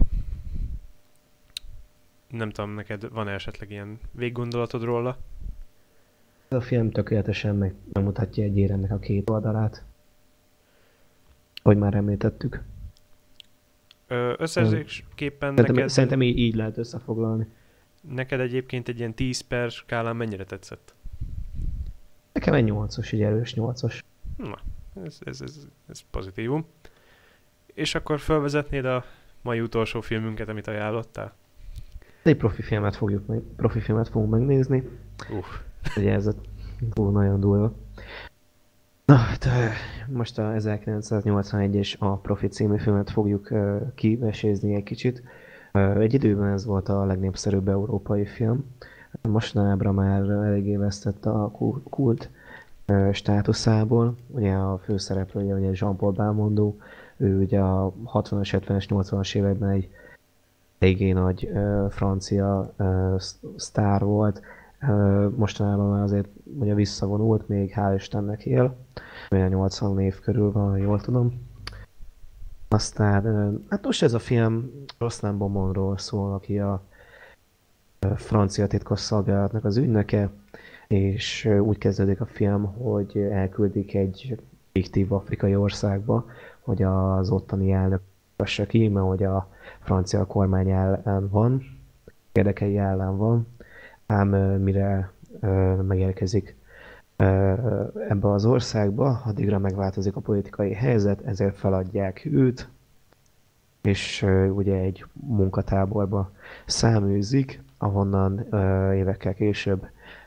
Nem tudom, neked van-e esetleg ilyen véggondolatod róla? Ez a film tökéletesen meg, megmutatja egy éremnek a két oldalát. Hogy már említettük. Ö, Összezésképpen Szerintem, neked, szerintem így, így lehet összefoglalni. neked egyébként egy ilyen tíz per skálán mennyire tetszett? Nekem egy nyolcas, egy erős nyolcas. Na, ez, ez, ez, ez pozitívum. És akkor felvezetnéd a mai utolsó filmünket, amit ajánlottál? Egy profi filmet fogjuk meg, profi filmet fogunk megnézni. Uff. Ugye ez a, ú, nagyon durva. Na, hát, ö, most a ezerkilencszáznyolcvanegyes A Profi című filmet fogjuk uh, kivesézni egy kicsit. Uh, egy időben ez volt a legnépszerűbb európai film. Mostanában már eléggé vesztett a ku- kult uh, státuszából. Ugye a főszereplője ugye Jean-Paul Belmondo, ő ugye a hatvanas, hetvenes, nyolcvanas években egy eléggé nagy uh, francia uh, sztár volt. Uh, mostanában már azért ugye visszavonult, még hál' Istennek él. Olyan nyolcvan év körül van, ha jól tudom. Aztán, uh, hát most ez a film Roslán Beaumontról szól, aki a uh, francia titkosszolgálatnak az ügynöke, és uh, úgy kezdődik a film, hogy elküldik egy fiktív afrikai országba, hogy az ottani elnök vesse ki, mert hogy a francia kormány ellen van, érdekei ellen van, ám ö, mire ö, megérkezik ö, ebbe az országba, addigra megváltozik a politikai helyzet, ezért feladják őt, és ö, ugye egy munkatáborba száműzik, ahonnan ö, évekkel később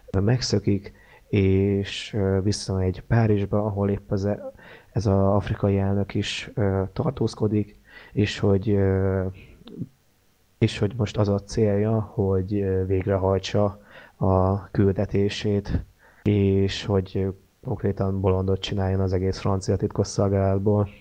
megszökik, és ö, visszamegy Párizsba, ahol épp ez, a- ez az afrikai elnök is ö, tartózkodik, és hogy, ö, és hogy most az a célja, hogy ö, végrehajtsa a küldetését, és hogy ö, konkrétan bolondot csináljon az egész francia titkosszolgálatból.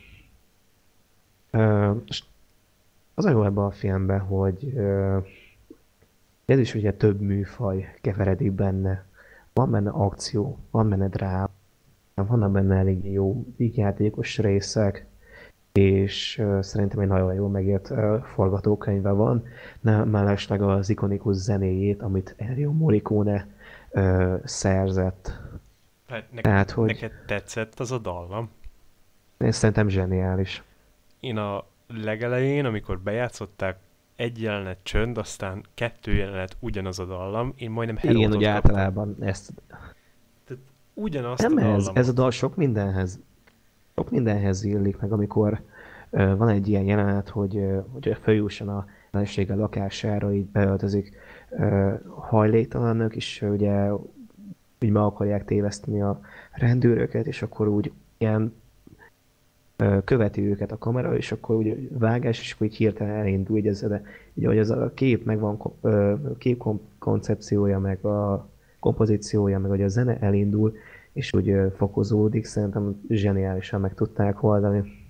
Ö, és az a jó ebben a filmben, hogy ö, ez is ugye több műfaj keveredik benne. Van benne akció, van benne dráma, vannak benne elég jó vígjátékos részek, és uh, szerintem egy nagyon jó megért uh, forgatókönyve van. Ne, mellesleg az ikonikus zenéjét, amit Ennio Morricone uh, szerzett. Hát ne, Tehát, hogy neked tetszett az a dallam? én szerintem zseniális. Én a legelején, amikor bejátszották egy jelenet csönd, aztán kettő jelenet ugyanaz a dallam, én majdnem Igen, herótot ugye kaptam. általában ezt... Tehát ugyanazt a Nem ez, ez a dallamot. dal sok mindenhez, sok mindenhez illik, meg amikor ö, van egy ilyen jelenet, hogy, ö, hogy feljusson a felesége lakására, így beöltözik ö, hajléktalanok, és ö, ugye úgy meg akarják téveszteni a rendőröket, és akkor úgy ilyen ö, követi őket a kamera, és akkor úgy vágás, és akkor így hirtelen elindul, így ez, de így, hogy ez a kép megvan, ko- ö, kép kom- koncepciója, meg a kompozíciója, meg hogy a zene elindul, és úgy ö, fokozódik, szerintem zseniálisan meg tudták oldani.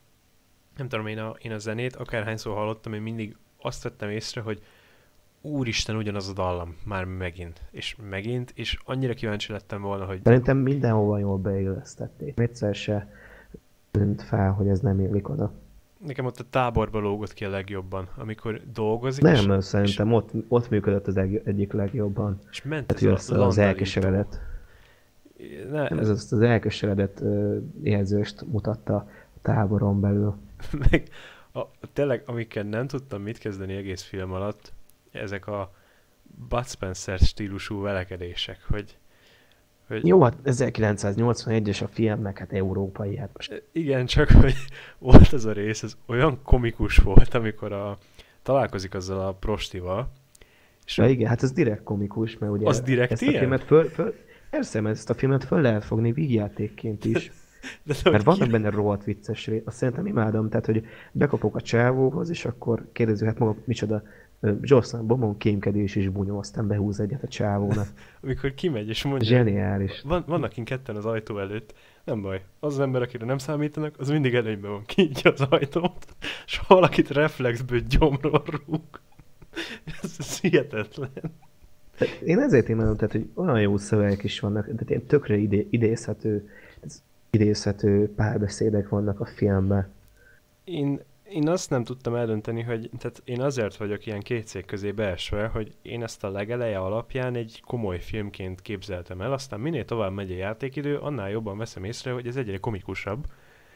Nem tudom, én a, én a zenét akárhányszor hallottam, én mindig azt vettem észre, hogy úristen, ugyanaz a dallam, már megint, és megint, és annyira kíváncsi lettem volna, hogy Szerintem mindenhova jól beillesztették. Egyszer se tűnt fel, hogy ez nem illik oda. nekem ott a táborba lógott ki a legjobban, amikor dolgozik, és, Nem, és, szerintem ott, ott működött az egy, egyik legjobban. és ment Tehát, ez hogy a az, az landalító. elkeseredett, Ne, nem, ez az, az elkeseredett ö, érzést mutatta a táboron belül. meg a, tényleg, amikkel nem tudtam mit kezdeni egész film alatt, ezek a Bud Spencer stílusú velekedések, hogy, hogy Jó, hát ezerkilencszáznyolcvanegyes a filmnek, hát európai, hát most. igen, csak hogy volt ez a rész, ez olyan komikus volt, amikor a, találkozik azzal a prostival, és Ja, igen, hát ez direkt komikus, mert az ugye direkt ezt a ilyen? filmet föl, föl persze, mert ezt a filmet föl lehet fogni vígjátékként is. De, de Mert hogy ki... vannak benne rohadt vicces rész, azt szerintem imádom, tehát hogy bekapok a csávóhoz, és akkor kérdezzük, hát maga micsoda ö, Jocelyn Beaumont kémkedés és bunyó, aztán behúz egyet a csávónak. amikor kimegy és mondja, Zseniális. van, vannak kint ketten az ajtó előtt, nem baj, az az ember, akire nem számítanak, az mindig előnyben van, kinyitja az ajtót, és ha valakit reflexből gyomról rúg. Ez, ez hihetetlen. Én ezért imádom, tehát, hogy olyan jó szövegek is vannak, tehát ilyen tökre idé, idézhető, idézhető párbeszédek vannak a filmben. Én, én azt nem tudtam eldönteni, hogy tehát én azért vagyok ilyen két cég közé beesve, hogy én ezt a legeleje alapján egy komoly filmként képzeltem el, aztán minél tovább megy a játékidő, annál jobban veszem észre, hogy ez egyre komikusabb,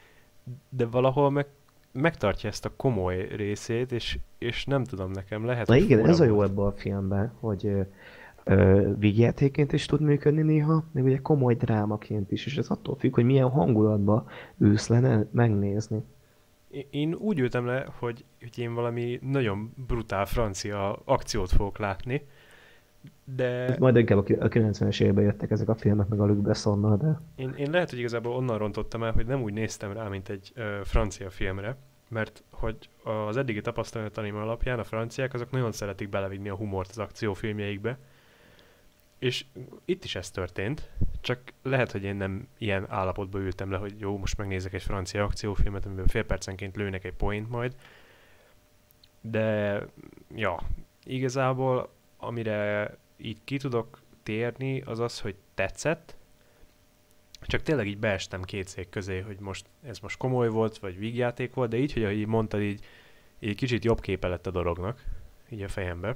de valahol meg, megtartja ezt a komoly részét, és, és nem tudom, nekem lehet, Na hogy igen, fura ez a jó volt. ebben a filmben, hogy ö, ö, vígjátékként is tud működni néha, meg ugye komoly drámaként is, és ez attól függ, hogy milyen hangulatban ülsz le ne- megnézni. Én én úgy ültem le, hogy, hogy én valami nagyon brutál francia akciót fogok látni, de Majd inkább a ki- a kilencvenes években jöttek ezek a filmek, meg a Luc Bessonnal, de Én, én lehet, hogy igazából onnan rontottam el, hogy nem úgy néztem rá, mint egy ö, francia filmre, mert hogy az eddigi tapasztalataim alapján a franciák azok nagyon szeretik belevinni a humort az akciófilmjeikbe, és itt is ez történt, csak lehet, hogy én nem ilyen állapotban ültem le, hogy jó, most megnézek egy francia akciófilmet, amiben fél percenként lőnek egy point majd, de ja, igazából amire így ki tudok térni, az az, hogy tetszett, csak tényleg így beestem két szék közé, hogy most ez most komoly volt, vagy vígjáték volt, de így, hogy ahogy így mondtad, így, így kicsit jobb képe lett a dolognak, így a fejembe.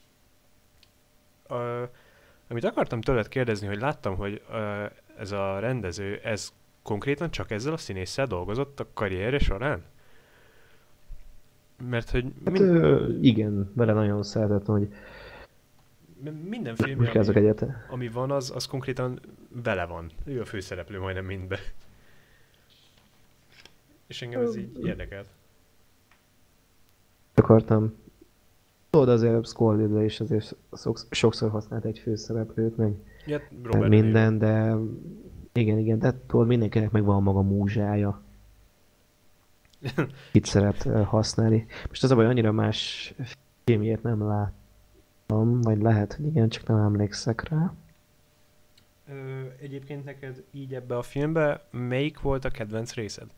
Ö, amit akartam tőled kérdezni, hogy láttam, hogy ö, ez a rendező, ez konkrétan csak ezzel a színésszel dolgozott a karrierje során? Mert hogy hát min- ö, igen, vele nagyon szeretettem, hogy minden filmje, vizsgázzak ami, egyet. ami van, az, az konkrétan vele van. Ő a főszereplő majdnem mindbe. És engem ez így érdekelt. Akartam. Tudod, azért Scorsese is azért szok- sokszor használt egy főszereplőt, meg Ja, meg Robert De Niro. minden, de igen, igen, de tudod, mindenkinek megvan a maga múzsája, kit szeret ö, használni. Most az a baj, annyira más filmjét nem láttam, vagy lehet, hogy igen, csak nem emlékszek rá. Ö, egyébként neked így ebbe a filmbe melyik volt a kedvenc részed?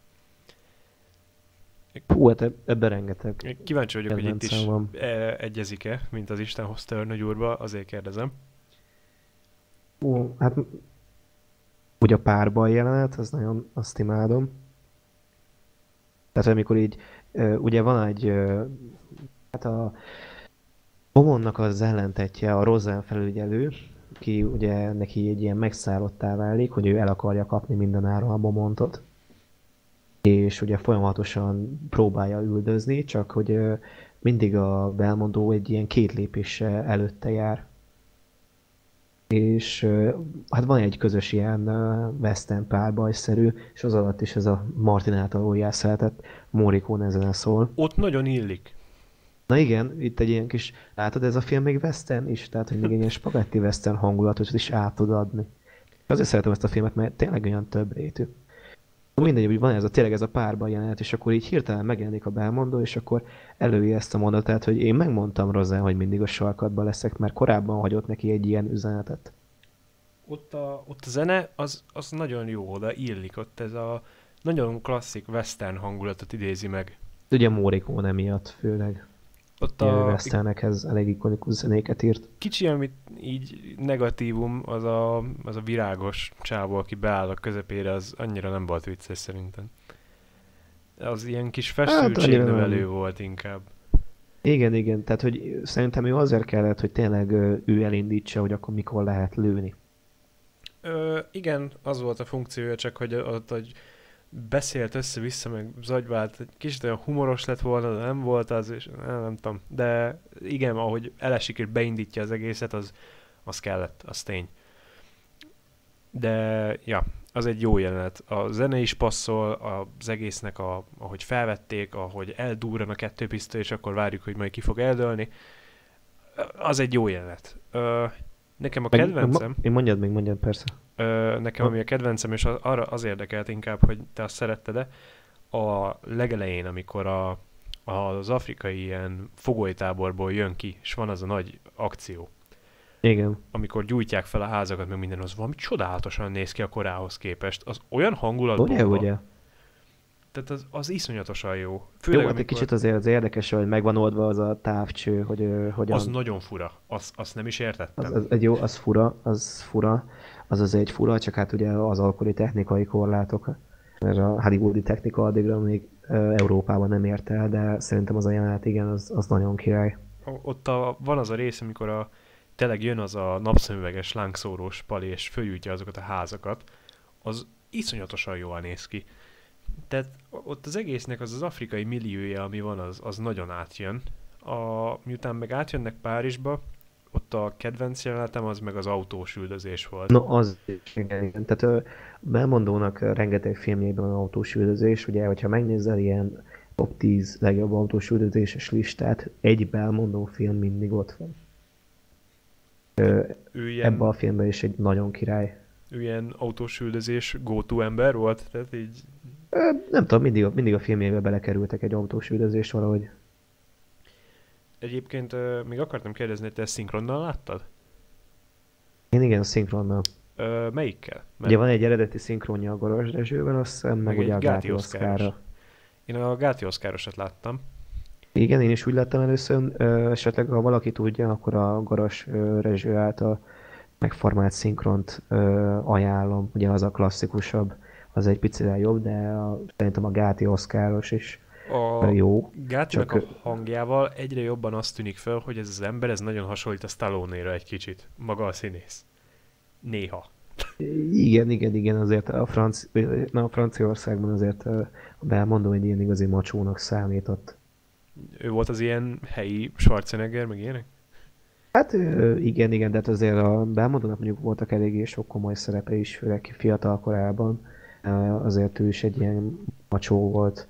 Hú, hát eb- ebben rengeteg Kíváncsi vagyok, hogy itt kedvencem is van. e, egyezik-e, mint az Isten hozta őrnagyúrba, azért kérdezem. Hú, hát úgy a párbaj jelenet, az nagyon, azt imádom. Tehát amikor így, ö, ugye van egy, ö, hát a Bomonnak az ellentetje, a Rosen felügyelő, ki ugye neki egy ilyen megszállottá válik, hogy ő el akarja kapni mindenáron a Bomontot, és ugye folyamatosan próbálja üldözni, csak hogy ö, mindig a Belmondó egy ilyen két lépéssel előtte jár. És ö, hát van egy közös ilyen ö, western párbajszerű, és az alatt is ez a Martin által újjászületett Morricone ezen szól. Ott nagyon illik. Na igen, itt egy ilyen kis, látod, ez a film még western is, tehát hogy még egy ilyen spagetti western hangulatot is át tud adni. Azért szeretem ezt a filmet, mert tényleg olyan több rétű. Mindegy, hogy van ez a tényleg ez a párbaj jelenet, és akkor így hirtelen megjelenik a Belmondo, és akkor elői ezt a mondatát, hogy én megmondtam Rosen, hogy mindig a sarkadban leszek, mert korábban hagyott neki egy ilyen üzenetet. Ott a, ott a zene, az, az nagyon jó, oda illik. Ott ez a nagyon klasszik western hangulatot idézi meg. Ugye Morricone miatt főleg. Ott Ilyen a westernekhez elég ikonikus zenéket írt. kicsi, amit így negatívum, az a, az a virágos csávó, aki beáll a közepére, az annyira nem volt vicces szerintem. Az ilyen kis Hát annyira feszültségnövelő nem. volt inkább. Igen, igen, tehát hogy szerintem ő azért kellett, hogy tényleg ö, ő elindítsa, hogy akkor mikor lehet lőni. Ö, igen, az volt a funkciója, csak hogy ott, hogy beszélt össze-vissza, meg zagyvált, egy kicsit olyan humoros lett volna, de nem volt az, és nem, nem tudom. De igen, ahogy elesik és beindítja az egészet, az, az kellett, az tény. De ja, az egy jó jelenet. A zene is passzol, az egésznek, a, ahogy felvették, ahogy eldúran a kettő pisztoly, és akkor várjuk, hogy majd ki fog eldőlni. Az egy jó jelenet. Ö, nekem a Meg, meg, ma- kedvencem, én mondjad még, mondjad persze. Ö, nekem Ha, ami a kedvencem, és az, arra az érdekelt inkább, hogy te azt szeretted-e, a legelején, amikor a, az afrikai ilyen fogolytáborból jön ki, és van az a nagy akció, igen. amikor gyújtják fel a házakat, meg minden, az valami csodálatosan néz ki a korához képest. Az olyan Ugye, hangulatbomba, ugye? tehát az, az iszonyatosan jó. Jó, Főleg hát egy amikor kicsit azért az érdekes, hogy megvan oldva az a távcső, hogy ö, az hogyan. nagyon fura, azt, azt nem is Az, értettem. az, egy jó, az fura, az fura, az az egy fura, csak hát ugye az alkori technikai korlátok, mert a hollywoodi technika addigra még ö, Európában nem ért el, de szerintem az a jelenet, igen, az, az nagyon király. O- Ott a, van az a rész, amikor a, tényleg jön az a napszemüveges lángszórós pali, és fölgyújtja azokat a házakat, az iszonyatosan jól néz ki. Tehát ott az egésznek az az afrikai milliója, ami van, az, az nagyon átjön. A, miután meg átjönnek Párizsba, ott a kedvenc jelenetem az meg az autós üldözés volt. No, az is, igen, igen. Tehát ö, Belmondónak ö, rengeteg filmjében van autós üldözés, ugye, hogyha megnézel ilyen top tíz legjobb autós üldözéses listát, egy Belmondó film mindig ott van. Ö, Ő Ebben a ilyen, filmben is egy nagyon király. ő ilyen autós üldözés go-to ember volt, tehát így Ö, Nem tudom, mindig, a- mindig a filmjébe belekerültek egy autós üldözést valahogy. egyébként ö, még akartam kérdezni, hogy te ezt szinkronnal láttad? Én igen, szinkronnal. Ö, melyikkel? Mert Ugye van egy eredeti szinkronja a Garas Dezsővel, azt hiszem, meg meg ugye a egy Gáti Gáti Oszkáros. Oszkárra. Én a Gáti Oszkárosat láttam. Igen, én is úgy láttam először, ö, esetleg ha valaki tudja, akkor a Garas ö, Rezső által megformált szinkront ö, ajánlom. Ugye az a klasszikusabb, az egy picivel jobb, de a, szerintem a Gáti Oszkáros is ö, A jó. Gátinak Csak a ö, hangjával egyre jobban azt tűnik fel, hogy ez az ember, ez nagyon hasonlít a Stallone-ra egy kicsit. Maga a színész. Néha. igen, igen, igen, azért a, Franci, na, a Franciaországban azért ö, a Belmondo egy ilyen igazi macsónak számított. Ő volt az ilyen helyi Schwarzenegger, meg ilyenek? Hát ö, igen, igen, de hát azért a Belmondónak mondjuk voltak eléggé sok komoly szerepe is, főleg fiatal korában. Ö, Azért ő is egy ilyen macsó volt,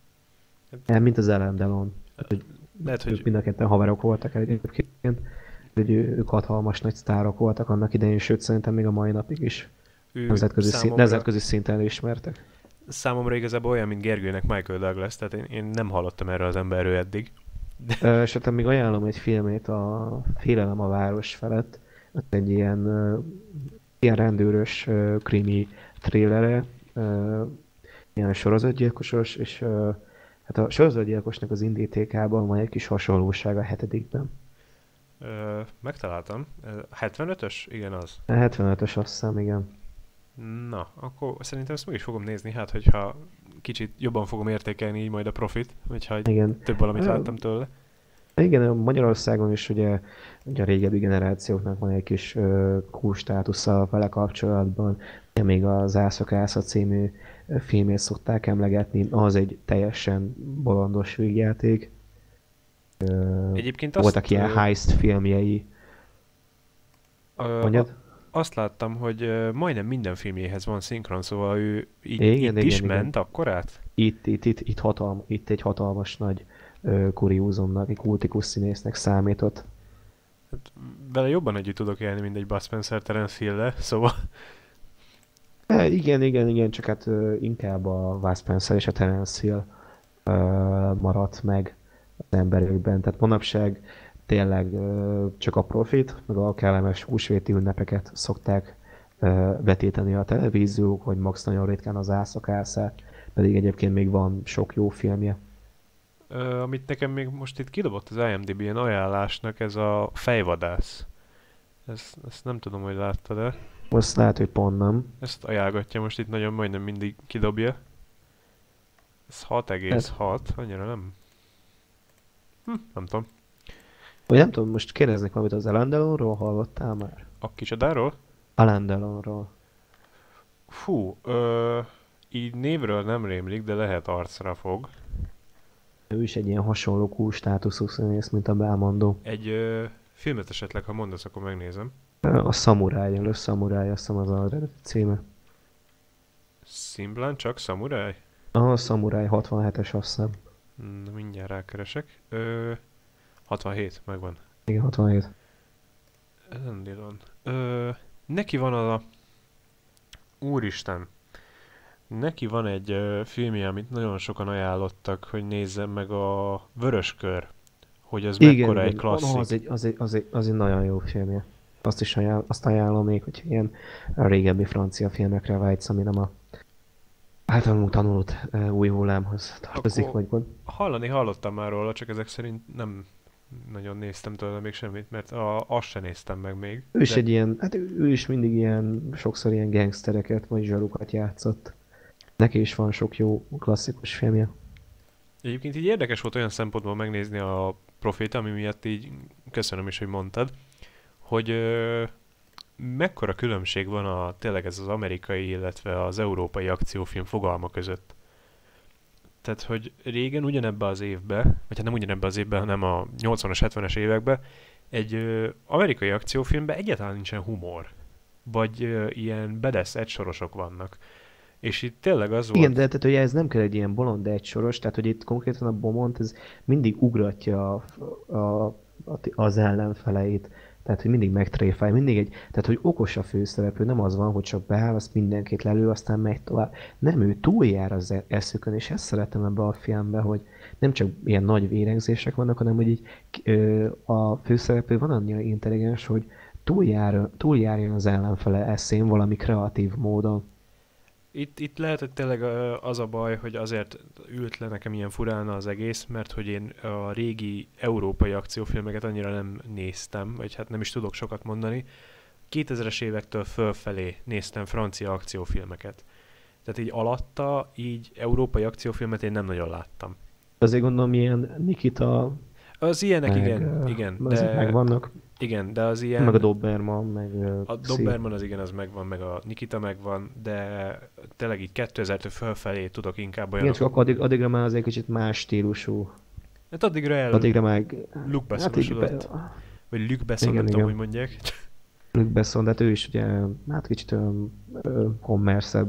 Hát, Eh, mint az Alain Delon. Hát, hogy lehet, ők hogy mind a ketten haverok voltak egyébként. hogy ő- ők hatalmas nagy sztárok voltak annak idején, sőt szerintem még a mai napig is Ő nemzetközi, szint, számomra, nemzetközi szinten elismertek. számomra igazából olyan, mint Gergőnek Michael Douglas, tehát én, én nem hallottam erről az emberről eddig. Ö, És hát még ajánlom egy filmét, a Félelem a város felett. Ez egy ilyen, ö, ilyen rendőrös ö, krimi thrillere, ö, ilyen sorozatgyilkosos, és ö, hát a sorozatgyilkosnak az indítékában van egy kis hasonlóság a hetedikben. Ö, megtaláltam. Ö, hetvenötös? Igen, az. A hetvenötös azt hiszem, igen. Na, akkor szerintem ezt meg is fogom nézni, hát hogyha kicsit jobban fogom értékelni így majd a profit, hogyha Igen. több valamit Ö, láttam tőle. Igen, Magyarországon is ugye, ugye a régebbi generációknak van egy kis uh, cool státusza vele kapcsolatban. Ugye még a Zászokásza című ö, filmét szokták emlegetni, az egy teljesen bolondos vígjáték. Ö, Egyébként Voltak azt, ilyen ö, heist filmjei, ö, a- mondjad? azt láttam, hogy ö, majdnem minden filmjéhez van szinkron, szóval ő így, Igen, itt is igen, igen. ment akkorát? Itt, itt, itt, itt, hatalm, itt egy hatalmas nagy uh, kuriózumnak, egy kultikus színésznek számított. Hát, vele jobban együtt tudok élni, mint egy Bud Spencer Terence Hill-le, szóval E, igen, igen, igen, csak hát ö, inkább a Wes Spencer és a Terence Hill ö, maradt meg az emberekben. Tehát manapság tényleg ö, csak a profit, meg a kellemes húsvéti ünnepeket szokták ö, vetíteni a televíziók, vagy max nagyon ritkán az Ászakászát, pedig egyébként még van sok jó filmje. ö, amit nekem még most itt kidobott az IMDb-en ajánlásnak, ez a Fejvadász. Ezt, ezt nem tudom, hogy láttad-e. Azt lehet, hogy pont nem. Ezt ajánlgatja most itt nagyon majdnem mindig kidobja. Ez hat egész hat, annyira nem. Hm, nem tudom. Vagy nem tudom, most kérdeznek valamit az Alain Delonról, hallottál már? A kicsodáról? Alain Delonról. Fú, ö, így névről nem rémlik, de lehet arcra fog. Ő is egy ilyen hasonló cool státuszú színész, mint a Belmondó. Egy ö, filmet esetleg, ha mondasz, akkor megnézem. A Szamuráj, először Szamuráj, azt hiszem az az eredeti címe. Szimplán csak szamuráj? Aha, a Szamuráj hatvanhetes, azt hiszem. Na, mindjárt rákeresek. Ö, hatvanhét, megvan. Igen, hatvanhét. Rendben. Ö, neki van az a... Úristen. Neki van egy ö, filmje, amit nagyon sokan ajánlottak, hogy nézzem meg, a Vöröskör. Hogy ez Igen, mekkora egy igen. Oh, klasszik. az, egy, az, egy, az, egy, az egy nagyon jó filmje. Azt is ajánl, azt ajánlom még, hogy ilyen régebbi francia filmekre vágysz, ami nem a általunk tanult uh, új hullámhoz tartozik, Akkor vagy gond. hallani hallottam már róla, csak ezek szerint nem nagyon néztem tőle még semmit, mert a, azt se néztem meg még. Ő is De egy ilyen, hát ő, ő is mindig ilyen, sokszor ilyen gangstereket vagy zsarukat játszott. Neki is van sok jó klasszikus filmje. egyébként így érdekes volt olyan szempontból megnézni a Profit, ami miatt így köszönöm is, hogy mondtad, hogy ö, mekkora különbség van a tényleg ez az amerikai, illetve az európai akciófilm fogalma között. Tehát, hogy régen ugyanebben az évben, vagy hát nem ugyanebben az évben, hanem a nyolcvanas, hetvenes években egy ö, amerikai akciófilmben egyáltalán nincsen humor. Vagy ö, ilyen bedesz egysorosok vannak. És itt tényleg az Igen, volt... de tehát ugye ez nem kell egy ilyen bolond egysoros, tehát hogy itt konkrétan a Beaumont ez mindig ugratja a, a, a, az ellenfeleit, tehát hogy mindig megtréfálja, mindig egy, tehát hogy okos a főszereplő, nem az van, hogy csak beáll, azt mindenkit lelő, aztán megy tovább. Nem, ő túljár az e- eszükön, és ezt szeretem ebbe a filmbe, hogy nem csak ilyen nagy vérengzések vannak, hanem hogy így ö, a főszereplő van annyira intelligens, hogy túljár, túljárjon az ellenfele eszén valami kreatív módon. Itt, itt lehet, hogy tényleg ö, az a baj, hogy azért ült le nekem ilyen furán az egész, mert hogy én a régi európai akciófilmeket annyira nem néztem, vagy hát nem is tudok sokat mondani. kétezres évektől fölfelé néztem francia akciófilmeket. Tehát így alatta, így európai akciófilmet én nem nagyon láttam. Azért gondolom ilyen Nikita, Az ilyenek, meg, igen, ö, igen, ezek de, megvannak, igen, de az meg a ilyen... Doberman, meg ö, A Xi. Doberman az igen, az megvan, meg a Nikita megvan, de tényleg így kétezertől fölfelé tudok inkább Igen, olyanok. csak akkor addig, addigra már az egy kicsit más stílusú. Hát addigra el Addigra meg... Luke Hát így beszorosodott, be, vagy Luke Besson, igen, nem tudom, igen. hogy mondják. Luc Besson, de hát ő is ugye, hát kicsit olyan ö, kommerszebb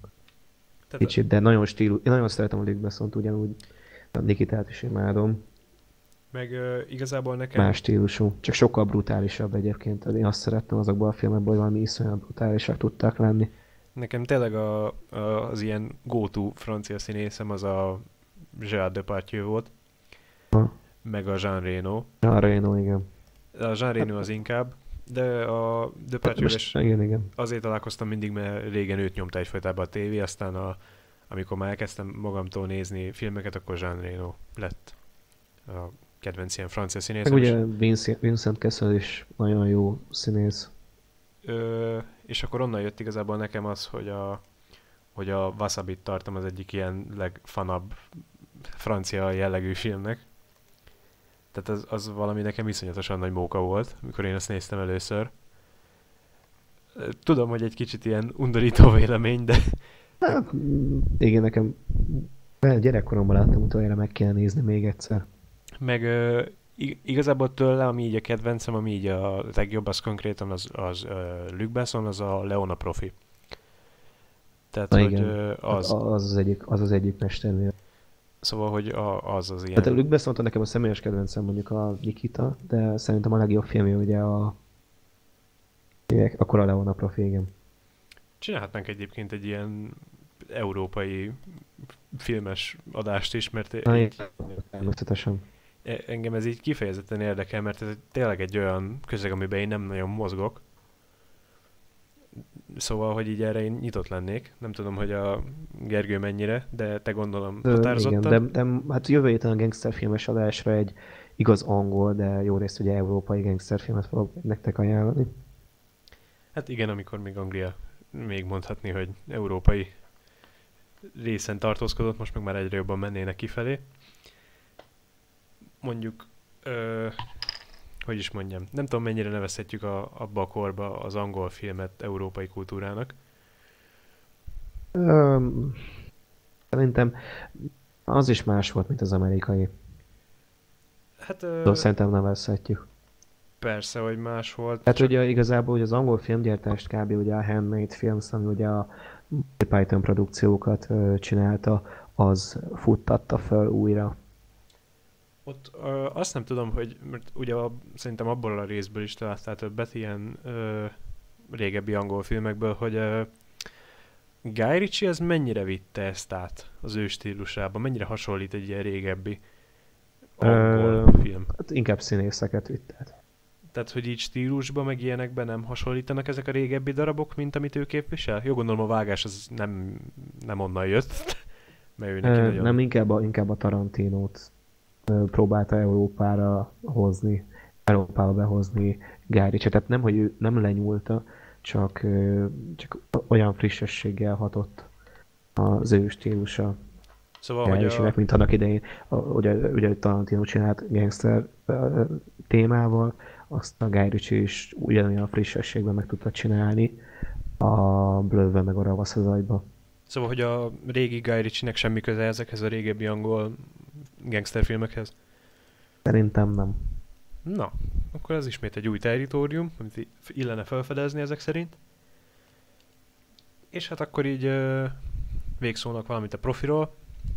Tehát kicsit, de nagyon stílus. Én nagyon szeretem a Luc Bessont ugyanúgy. A Nikitát is imádom. Meg ö, igazából nekem, Más stílusú, csak sokkal brutálisabb egyébként. Én azt szerettem azokban a filmekben, hogy valami iszonyat brutálisak tudtak lenni. nekem tényleg a, a, az ilyen go-to francia színészem az a Gérard Depardieu volt, Ha. meg a Jean Reno. A Reno, igen. A Jean Reno az inkább, de a Depardieu Most, igen, igen. azért találkoztam mindig, mert régen őt nyomta egyfajtában a tévé, aztán a, amikor már elkezdtem magamtól nézni filmeket, akkor Jean Reno lett a kedvenc ilyen francia Meg színészem. És, ugye Vincent, Vincent Cassel is nagyon jó színész. ö, és akkor onnan jött igazából nekem az, hogy a, hogy a Wasabit tartom az egyik ilyen legfanabb francia jellegű filmnek. Tehát az, az valami nekem iszonyatosan nagy móka volt, mikor én ezt néztem először. Tudom, hogy egy kicsit ilyen undorító vélemény, de Hát, mm, igen, nekem gyerekkoromban láttam utoljára, meg kell nézni még egyszer. meg ö, ig- igazából tőle, ami így a kedvencem, ami így a legjobb, az konkrétan az, az uh, Luc Besson, az a Leona Profi. Tehát, Na hogy igen, ö, hát az, az az egyik, az, az egyik mestermű. szóval, hogy a, az az Tehát a ilyen, Luc Besson nekem a személyes kedvencem mondjuk a Nikita, de szerintem a legjobb filmje ugye a... Akkor a Leona Profi, igen. csinálhatnánk egyébként egy ilyen európai filmes adást is, mert Na, így, igen, természetesen. e- engem ez így kifejezetten érdekel, mert ez tényleg egy olyan közeg, amiben én nem nagyon mozgok. Szóval, hogy így erre én nyitott lennék. Nem tudom, hogy a Gergő mennyire, de te gondolom Ö, igen, határozottan. de, de hát jövő héten a gangsterfilmes adásra egy igaz angol, de jó részt ugye európai gangsterfilmet fogok nektek ajánlani. Hát igen, amikor még Anglia még mondhatni, hogy európai részen tartózkodott, most meg már egyre jobban mennének kifelé. Mondjuk, ö, hogy is mondjam, nem tudom mennyire nevezhetjük a, abba a korba az angol filmet európai kultúrának. Öm, Szerintem az is más volt, mint az amerikai. Hát Szóval ö, szerintem nevezhetjük. persze, hogy más volt, Hát csak ugye igazából ugye az angol filmgyártást kb. Ugye a Handmade Films, ami ugye a Monty Python produkciókat ö, csinálta, az futtatta föl újra. ott ö, azt nem tudom, hogy, mert ugye a, szerintem abból a részből is találtál többet, ilyen ö, régebbi angol filmekből, hogy ö, Guy Ritchie az mennyire vitte ezt át az ő stílusába, mennyire hasonlít egy ilyen régebbi Ö, angol film. hát inkább színészeket vitt át. Tehát, hogy így stílusban, meg ilyenekben nem hasonlítanak ezek a régebbi darabok, mint amit ő képvisel? Jó, gondolom a vágás az nem, nem onnan jött, mert ő neki Ö, nagyon... Nem, inkább a, inkább a Tarantinót ö, próbálta Európára hozni, Európába behozni Guy Ritchie. Tehát nem, hogy ő nem lenyúlta, csak, ö, csak olyan frissességgel hatott az ő stílusa Szóval, Guy hogy Ritchie-nek, a... mint annak idején, a, ugye, ugye Tarantino csinált gangster ö, témával, azt a Guy Ritchie is ugyanolyan frissességben meg tudta csinálni a Blödve meg a Ravasz az agyba. Szóval, hogy a régi Guy Ritchie-nek semmi köze ezekhez a régebbi angol gangsterfilmekhez? Szerintem nem. Na, akkor ez ismét egy új territórium, amit í- illene felfedezni ezek szerint. És hát akkor így ö, végszónak valamit a profiról.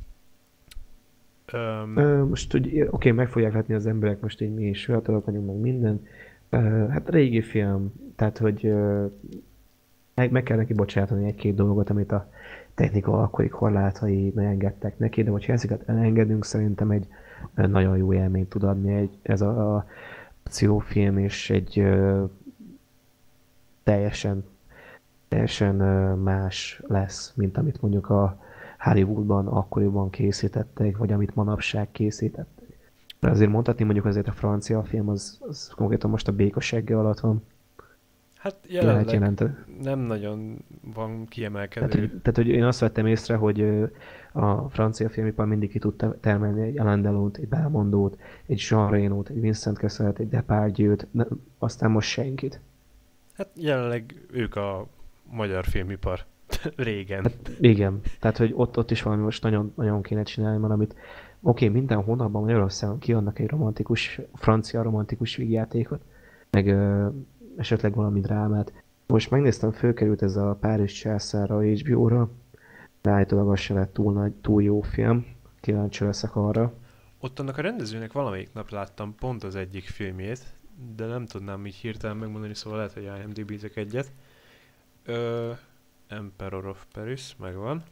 Öm, Ö, most úgy, oké, okay, meg fogják látni az emberek, most így mi is fiatalok vagyunk, meg minden. Ö, hát régi film, tehát hogy ö, meg, meg kell neki bocsátani egy-két dolgot, amit a technika akkori korlátai megengedtek neki, de hogyha ezeket elengedünk, szerintem egy ö, nagyon jó élményt tud adni egy, ez a, a akciófilm, és egy ö, teljesen, teljesen ö, más lesz, mint amit mondjuk a Hollywoodban akkoriban készítettek, vagy amit manapság készítettek. De azért mondhatni mondjuk azért a francia film, az, az konkrétan most a békasegge alatt van. hát Ki lehet jelenleg jelenteni. nem nagyon van Tehát, kiemelkedő. hogy, tehát, hogy én azt vettem észre, hogy ö, a francia filmipar mindig ki tudta termelni egy Alain Delont, egy Belmondót, egy Jean Reno-t, egy Vincent Cassel-t, egy Depardieu-t, ne- aztán most senkit. Hát jelenleg ők a magyar filmipar. Régen. Hát igen, tehát hogy ott, ott is valami most nagyon, nagyon kéne csinálni valamit. Oké, okay, minden hónapban Magyarországon kiadnak egy romantikus, francia romantikus vígjátékot, meg ö, esetleg valami drámát. Most megnéztem, fölkerült ez a Párizs császára a há bé ó-ra, de állítólag az se lett túl, nagy, túl jó film, kíváncsi leszek arra. ott annak a rendezőnek valamelyik nap láttam pont az egyik filmjét, de nem tudnám így hirtelen megmondani, szóval lehet, hogy IMDb-zek egyet. Ö, Emperor of Paris, megvan.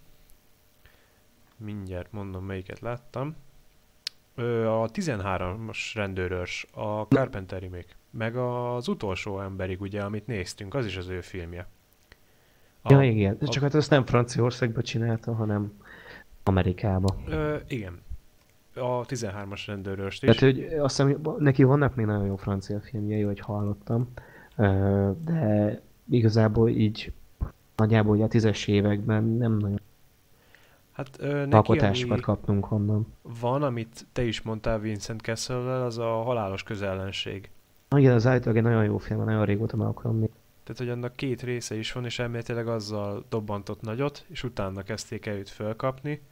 Mindjárt mondom, melyiket láttam. Ö, a tizenhármas rendőrös, a Carpenter remake, meg az utolsó emberig, ugye, amit néztünk, az is az ő filmje. A, Ja, igen. a, Csak hát ezt nem Franciaországba csinálta, hanem Amerikába. ö, igen. A tizenhármas rendőröst Tehát, is. hogy azt hiszem, neki vannak még nagyon jó francia filmjei, hogy hallottam, Ö, de igazából így nagyjából ugye a tízes években nem nagyon Hát ö, neki, alkotásokat ami kaptunk onnan. van, amit te is mondtál Vincent Cassel-vel, az a halálos közellenség. Ah, igen, az állítólag egy nagyon jó film, nagyon régóta meg akarom nézni. Tehát, hogy annak két része is van, és elméletileg azzal dobbantott nagyot, és utána kezdték el őt fölkapni,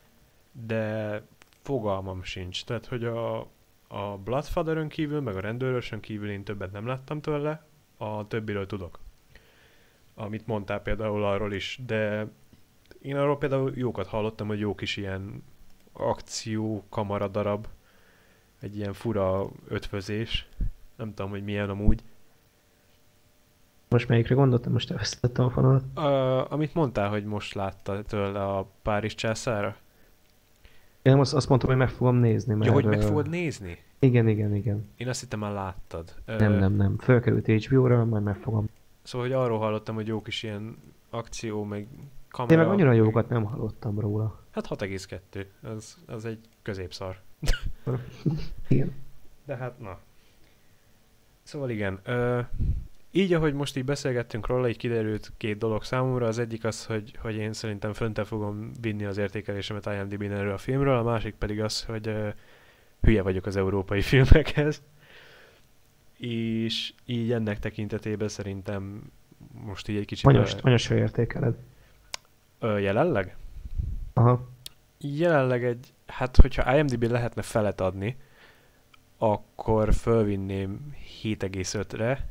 de fogalmam sincs. Tehát, hogy a, a Bloodfatherön kívül, meg a rendőrösön kívül én többet nem láttam tőle, a többiről tudok. Amit mondtál például arról is, de én arról például jókat hallottam, hogy jó kis ilyen akció, kamaradarab, egy ilyen fura ötvözés. Nem tudom, hogy milyen amúgy. Most melyikre gondoltam? Most elvesztettem a fonalat. Uh, amit mondtál, hogy most látta tőle a Párizs császára? Én azt, azt mondtam, hogy meg fogom nézni, mert... Ja, hogy meg ö, fogod nézni? Igen, igen, igen. Én azt hittem már láttad. Uh, Nem, nem, nem. Fölkerült há bé ó-ra, majd meg fogom. Szóval, hogy arról hallottam, hogy jó kis ilyen akció, meg Én kamera. meg annyira jókat nem hallottam róla. Hát hat egész kettő. Az, az egy középszar. Igen. De hát na. Szóval igen. Uh, így, ahogy most így beszélgettünk róla, így kiderült két dolog számomra. Az egyik az, hogy, hogy én szerintem föntebb fogom vinni az értékelésemet IMDb-n erről a filmről, a másik pedig az, hogy uh, hülye vagyok az európai filmekhez. És így ennek tekintetében szerintem most így egy kicsit... Anyas, Be... anyasra értékeled. Ö, jelenleg? Aha. Jelenleg egy... Hát, hogyha IMDb lehetne felet adni, akkor fölvinném hét egész ötre,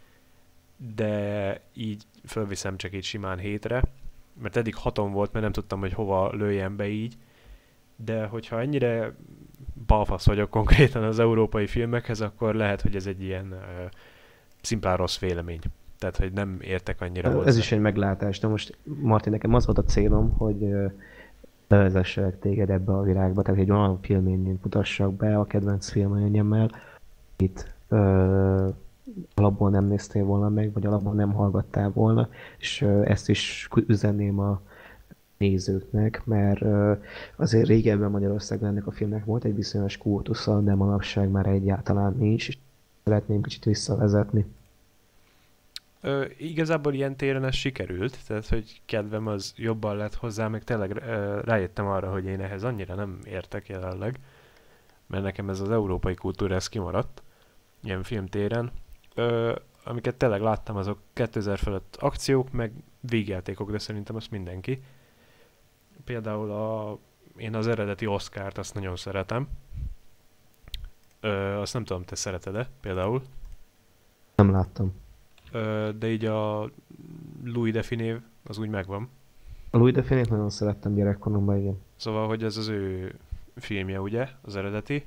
de így fölviszem csak így simán hétre, mert eddig haton volt, mert nem tudtam, hogy hova lőjem be így, de hogyha ennyire balfasz vagyok konkrétan az európai filmekhez, akkor lehet, hogy ez egy ilyen uh, szimplán rossz vélemény. Tehát, hogy nem értek annyira hozzá. Ez is egy meglátás, de most Martin, nekem az volt a célom, hogy ö, bevezesselek téged ebbe a világba, tehát egy olyan filményén mutassak be a kedvenc filményemmel, itt ö, alapból nem néztél volna meg, vagy alapból nem hallgattál volna, és ö, ezt is üzenném a nézőknek, mert ö, azért régebben Magyarországon ennek a filmnek volt egy bizonyos kultusza, de manapság már egyáltalán nincs, és szeretném kicsit visszavezetni. Ö, igazából ilyen téren ez sikerült, tehát hogy kedvem az jobban lett hozzá, meg tényleg ö, rájöttem arra, hogy én ehhez annyira nem értek jelenleg, mert nekem ez az európai kultúra, ez kimaradt, ilyen filmtéren. Ö, amiket tényleg láttam, azok kétezer fölött akciók, meg vígjátékok, de szerintem azt mindenki. Például a, én az eredeti Oscart azt nagyon szeretem. Ö, azt nem tudom, te szereted-e például? Nem láttam. Ö, de így a Louis Define az úgy megvan. A Louis Define-t nagyon szerettem gyerekkoromban, igen. Szóval, hogy ez az ő filmje, ugye, az eredeti.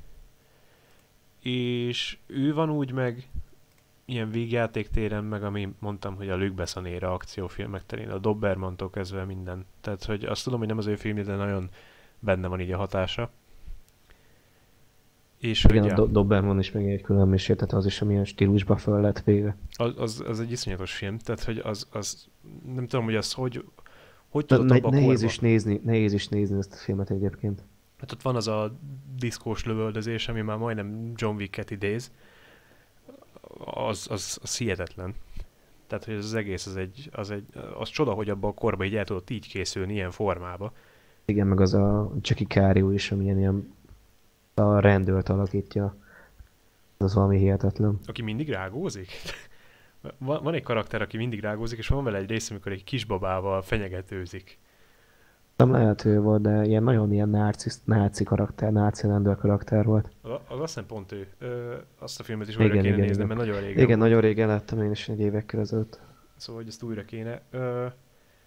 És ő van úgy meg ilyen vígjáték téren, meg ami mondtam, hogy a Luc Besson-éra akciófilmek terén, a Dobermantól kezdve minden. Tehát, hogy azt tudom, hogy nem az ő filmje, de nagyon benne van így a hatása. És Igen, hogy a ja, Do- Doberman is meg egy külön mesét, tehát az is amilyen stílusba föl lett véve. az, az, az egy iszonyatos film, tehát, hogy az, az nem tudom, hogy az hogy, hogy De tudott ne- abba a nehéz korba. is nézni, nehéz is nézni ezt a filmet egyébként. Hát ott van az a diszkós lövöldözés, ami már majdnem John Wick-et idéz. Az, az, az hihetetlen. Tehát, hogy ez az egész, az egy, az egy, az csoda, hogy abban a korban így el tudott így készülni, ilyen formába. Igen, meg az a Jackie Cario is, amilyen ilyen a rendőrt alakítja. Az valami hihetetlen. Aki mindig rágózik. Van, van egy karakter, aki mindig rágózik, és van vele egy rész, amikor egy kisbabával fenyegetőzik. Nem lehető volt, de ilyen nagyon ilyen náci, náci karakter, náci rendőr karakter volt. Az, az azt hiszem pont ő. Ö, azt a filmet is Igen, újra kéne igen, néznem, igen. mert nagyon régen Igen, volt. nagyon régen láttam én is egy évekkel ezelőtt. Szóval, hogy ezt újra kéne. Ö,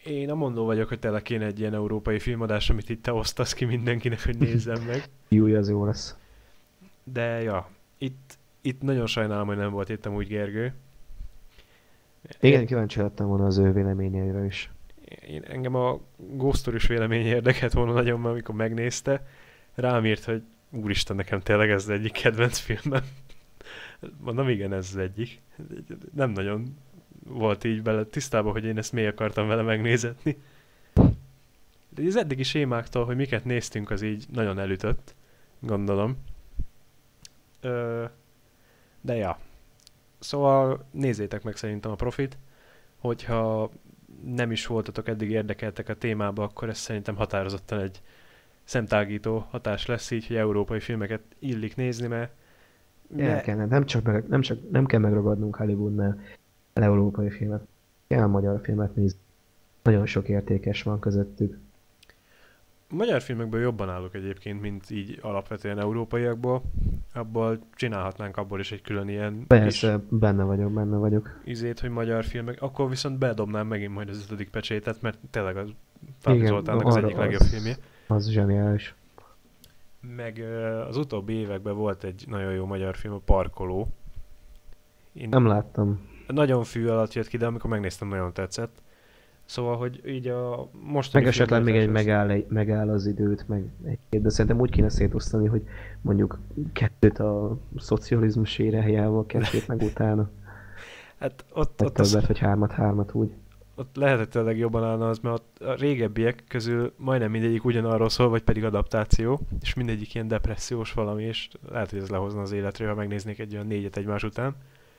Én amondó vagyok, hogy tényleg kéne egy ilyen európai filmadás, amit itt te osztasz ki mindenkinek, hogy nézzem meg. Júj, az jó lesz. De ja, itt, itt nagyon sajnálom, hogy nem volt itt amúgy Gergő. Igen, kíváncsi lettem volna az ő véleményeire is. Én, engem a Ghost-os véleménye érdekelt volna nagyon, mert amikor megnézte, rám írt, hogy úristen, nekem tényleg ez az egyik kedvenc filmem. Mondom, igen, ez az egyik. Nem nagyon volt így vele tisztában, hogy én ezt miért akartam vele megnézetni. De az eddigi sémáktól, hogy miket néztünk, az így nagyon elütött, gondolom. Ö, de ja. Szóval nézzétek meg szerintem a Profit, hogyha nem is voltatok eddig érdekeltek a témába, akkor ez szerintem határozottan egy szemtágító hatás lesz így, hogy európai filmeket illik nézni, mert... El kellene, nem, csak meg, nem, csak, nem kell megragadnunk Hollywoodnál el európai filmet. Kell a magyar filmet nézni. Nagyon sok értékes van közöttük. A magyar filmekből jobban állok egyébként, mint így alapvetően európaiakból. Abból csinálhatnánk abból is egy külön ilyen Persze, benne vagyok, benne vagyok. izét, hogy magyar filmek. Akkor viszont bedobnám megint majd az ötödik pecsétet, mert tényleg az Fábri Zoltánnak az egyik legjobb az, filmje. Az zseniális. Meg az utóbbi években volt egy nagyon jó magyar film, a Parkoló. Én Nem láttam. nagyon fű alatt jött ki, de amikor megnéztem, nagyon tetszett. Szóval, hogy így a mostani... Meg esetleg még egy az... megáll, egy megáll az időt, meg egy de szerintem úgy kéne szétosztani, hogy mondjuk kettőt a szocializmus érájával, kettőt meg utána. Hát ott, Egy ott, az, többet, vagy hármat, hármat úgy. ott lehetett tényleg jobban állna az, mert ott a régebbiek közül majdnem mindegyik ugyanarról szól, vagy pedig adaptáció, és mindegyik ilyen depressziós valami, és lehet, hogy ez lehozna az életről, ha megnéznék egy olyan négyet egymás után.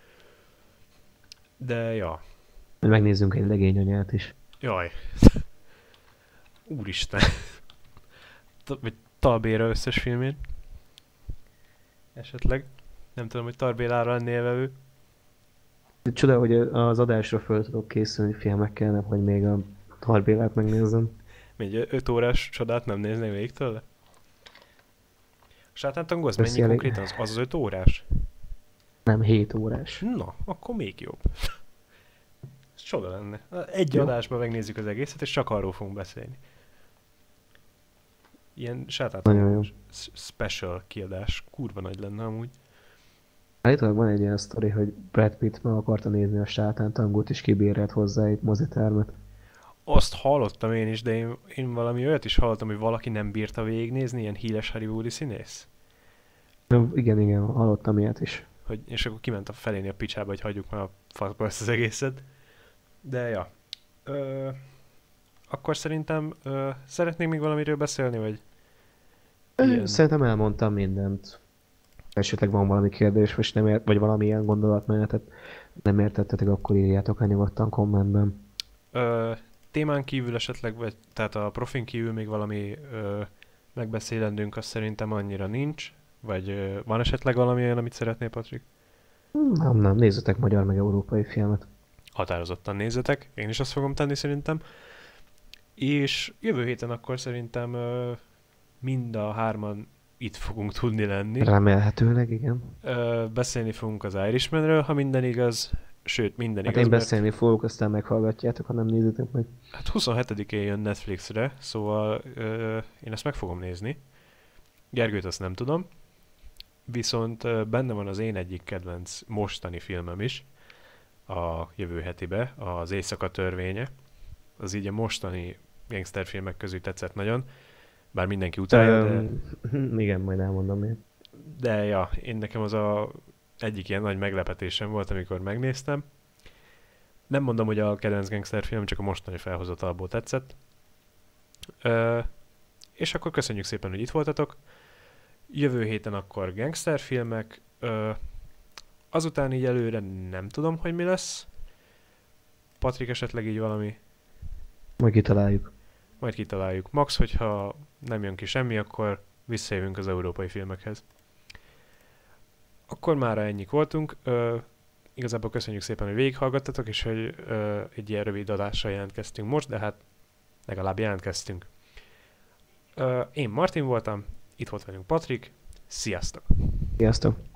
De ja. Hogy megnézzünk egy legényanyát is. Jaj. Úristen. Vagy Talbéra összes filmén. Esetleg. Nem tudom, hogy Talbélára lennél velő. Csoda, hogy az adásra föl tudok készülni filmekkel, nem, hogy még a Tarbélát megnézzem. Még öt órás csodát nem néznél végig tőle? A Sátántangó az mennyi elég... konkrétan? Az az öt órás? Nem, hét órás. Na, akkor még jobb. Ez csoda lenne. Egy Jó. adásban megnézzük az egészet, és csak arról fogunk beszélni. Ilyen Nagyon Sátántangó jó. special kiadás. Kurva nagy lenne amúgy. Állítólag van egy ilyen sztori, hogy Brad Pitt meg akarta nézni a Sátántangót, és kibérelt hozzá egy mozitermet. Azt hallottam én is, de én, én valami olyat is hallottam, hogy valaki nem bírta végignézni, ilyen híres hollywoodi színész. Na, igen, igen, hallottam ilyet is. Hogy, és akkor kiment a feléni a picsába, hogy hagyjuk már a faszba ezt az egészet. De ja. Ö, akkor szerintem ö, szeretnénk még valamiről beszélni, vagy? Ilyen. Szerintem elmondtam mindent. Esetleg van valami kérdés, most nem ért, vagy valamilyen gondolatmenetet nem értettetek, akkor írjátok le nyugodtan kommentben. Ö, témán kívül esetleg, vagy tehát a profin kívül még valami ö, megbeszélendünk, azt szerintem annyira nincs. Vagy ö, van esetleg valami olyan, amit szeretnél, Patrik? Nem, nem, nézzetek magyar meg európai filmet. Határozottan nézzetek, én is azt fogom tenni szerintem. És jövő héten akkor szerintem ö, mind a hárman itt fogunk tudni lenni. Remélhetőleg, igen. Ö, beszélni fogunk az Irishmanről, ha minden igaz. Sőt, minden Hát igaz, én beszélni fogok, aztán meghallgatjátok, ha nem nézitek meg. Hát huszonhetedikén jön Netflixre, szóval ö, én ezt meg fogom nézni. Gergőt azt nem tudom. Viszont ö, benne van az én egyik kedvenc mostani filmem is. A jövő hetibe, az Éjszaka törvénye. Az így a mostani gangsterfilmek közül tetszett nagyon. Bár mindenki utálja, de... Um, igen, majd elmondom én. De ja, én nekem az a egyik ilyen nagy meglepetésem volt, amikor megnéztem. Nem mondom, hogy a kedvenc gangsterfilm, csak a mostani felhozatalból tetszett. Ö, és akkor köszönjük szépen, hogy itt voltatok. Jövő héten akkor gangsterfilmek. Ö, azután így előre nem tudom, hogy mi lesz. Patrik, esetleg így valami... Majd kitaláljuk. Majd kitaláljuk. Max, hogyha nem jön ki semmi, akkor visszajövünk az európai filmekhez. Akkor mára ennyik voltunk. Ö, igazából köszönjük szépen, hogy végighallgattatok, és hogy ö, egy ilyen rövid adással jelentkeztünk most, de hát legalább jelentkeztünk. Ö, én Martin voltam, itt volt velünk Patrik. Sziasztok! Sziasztok!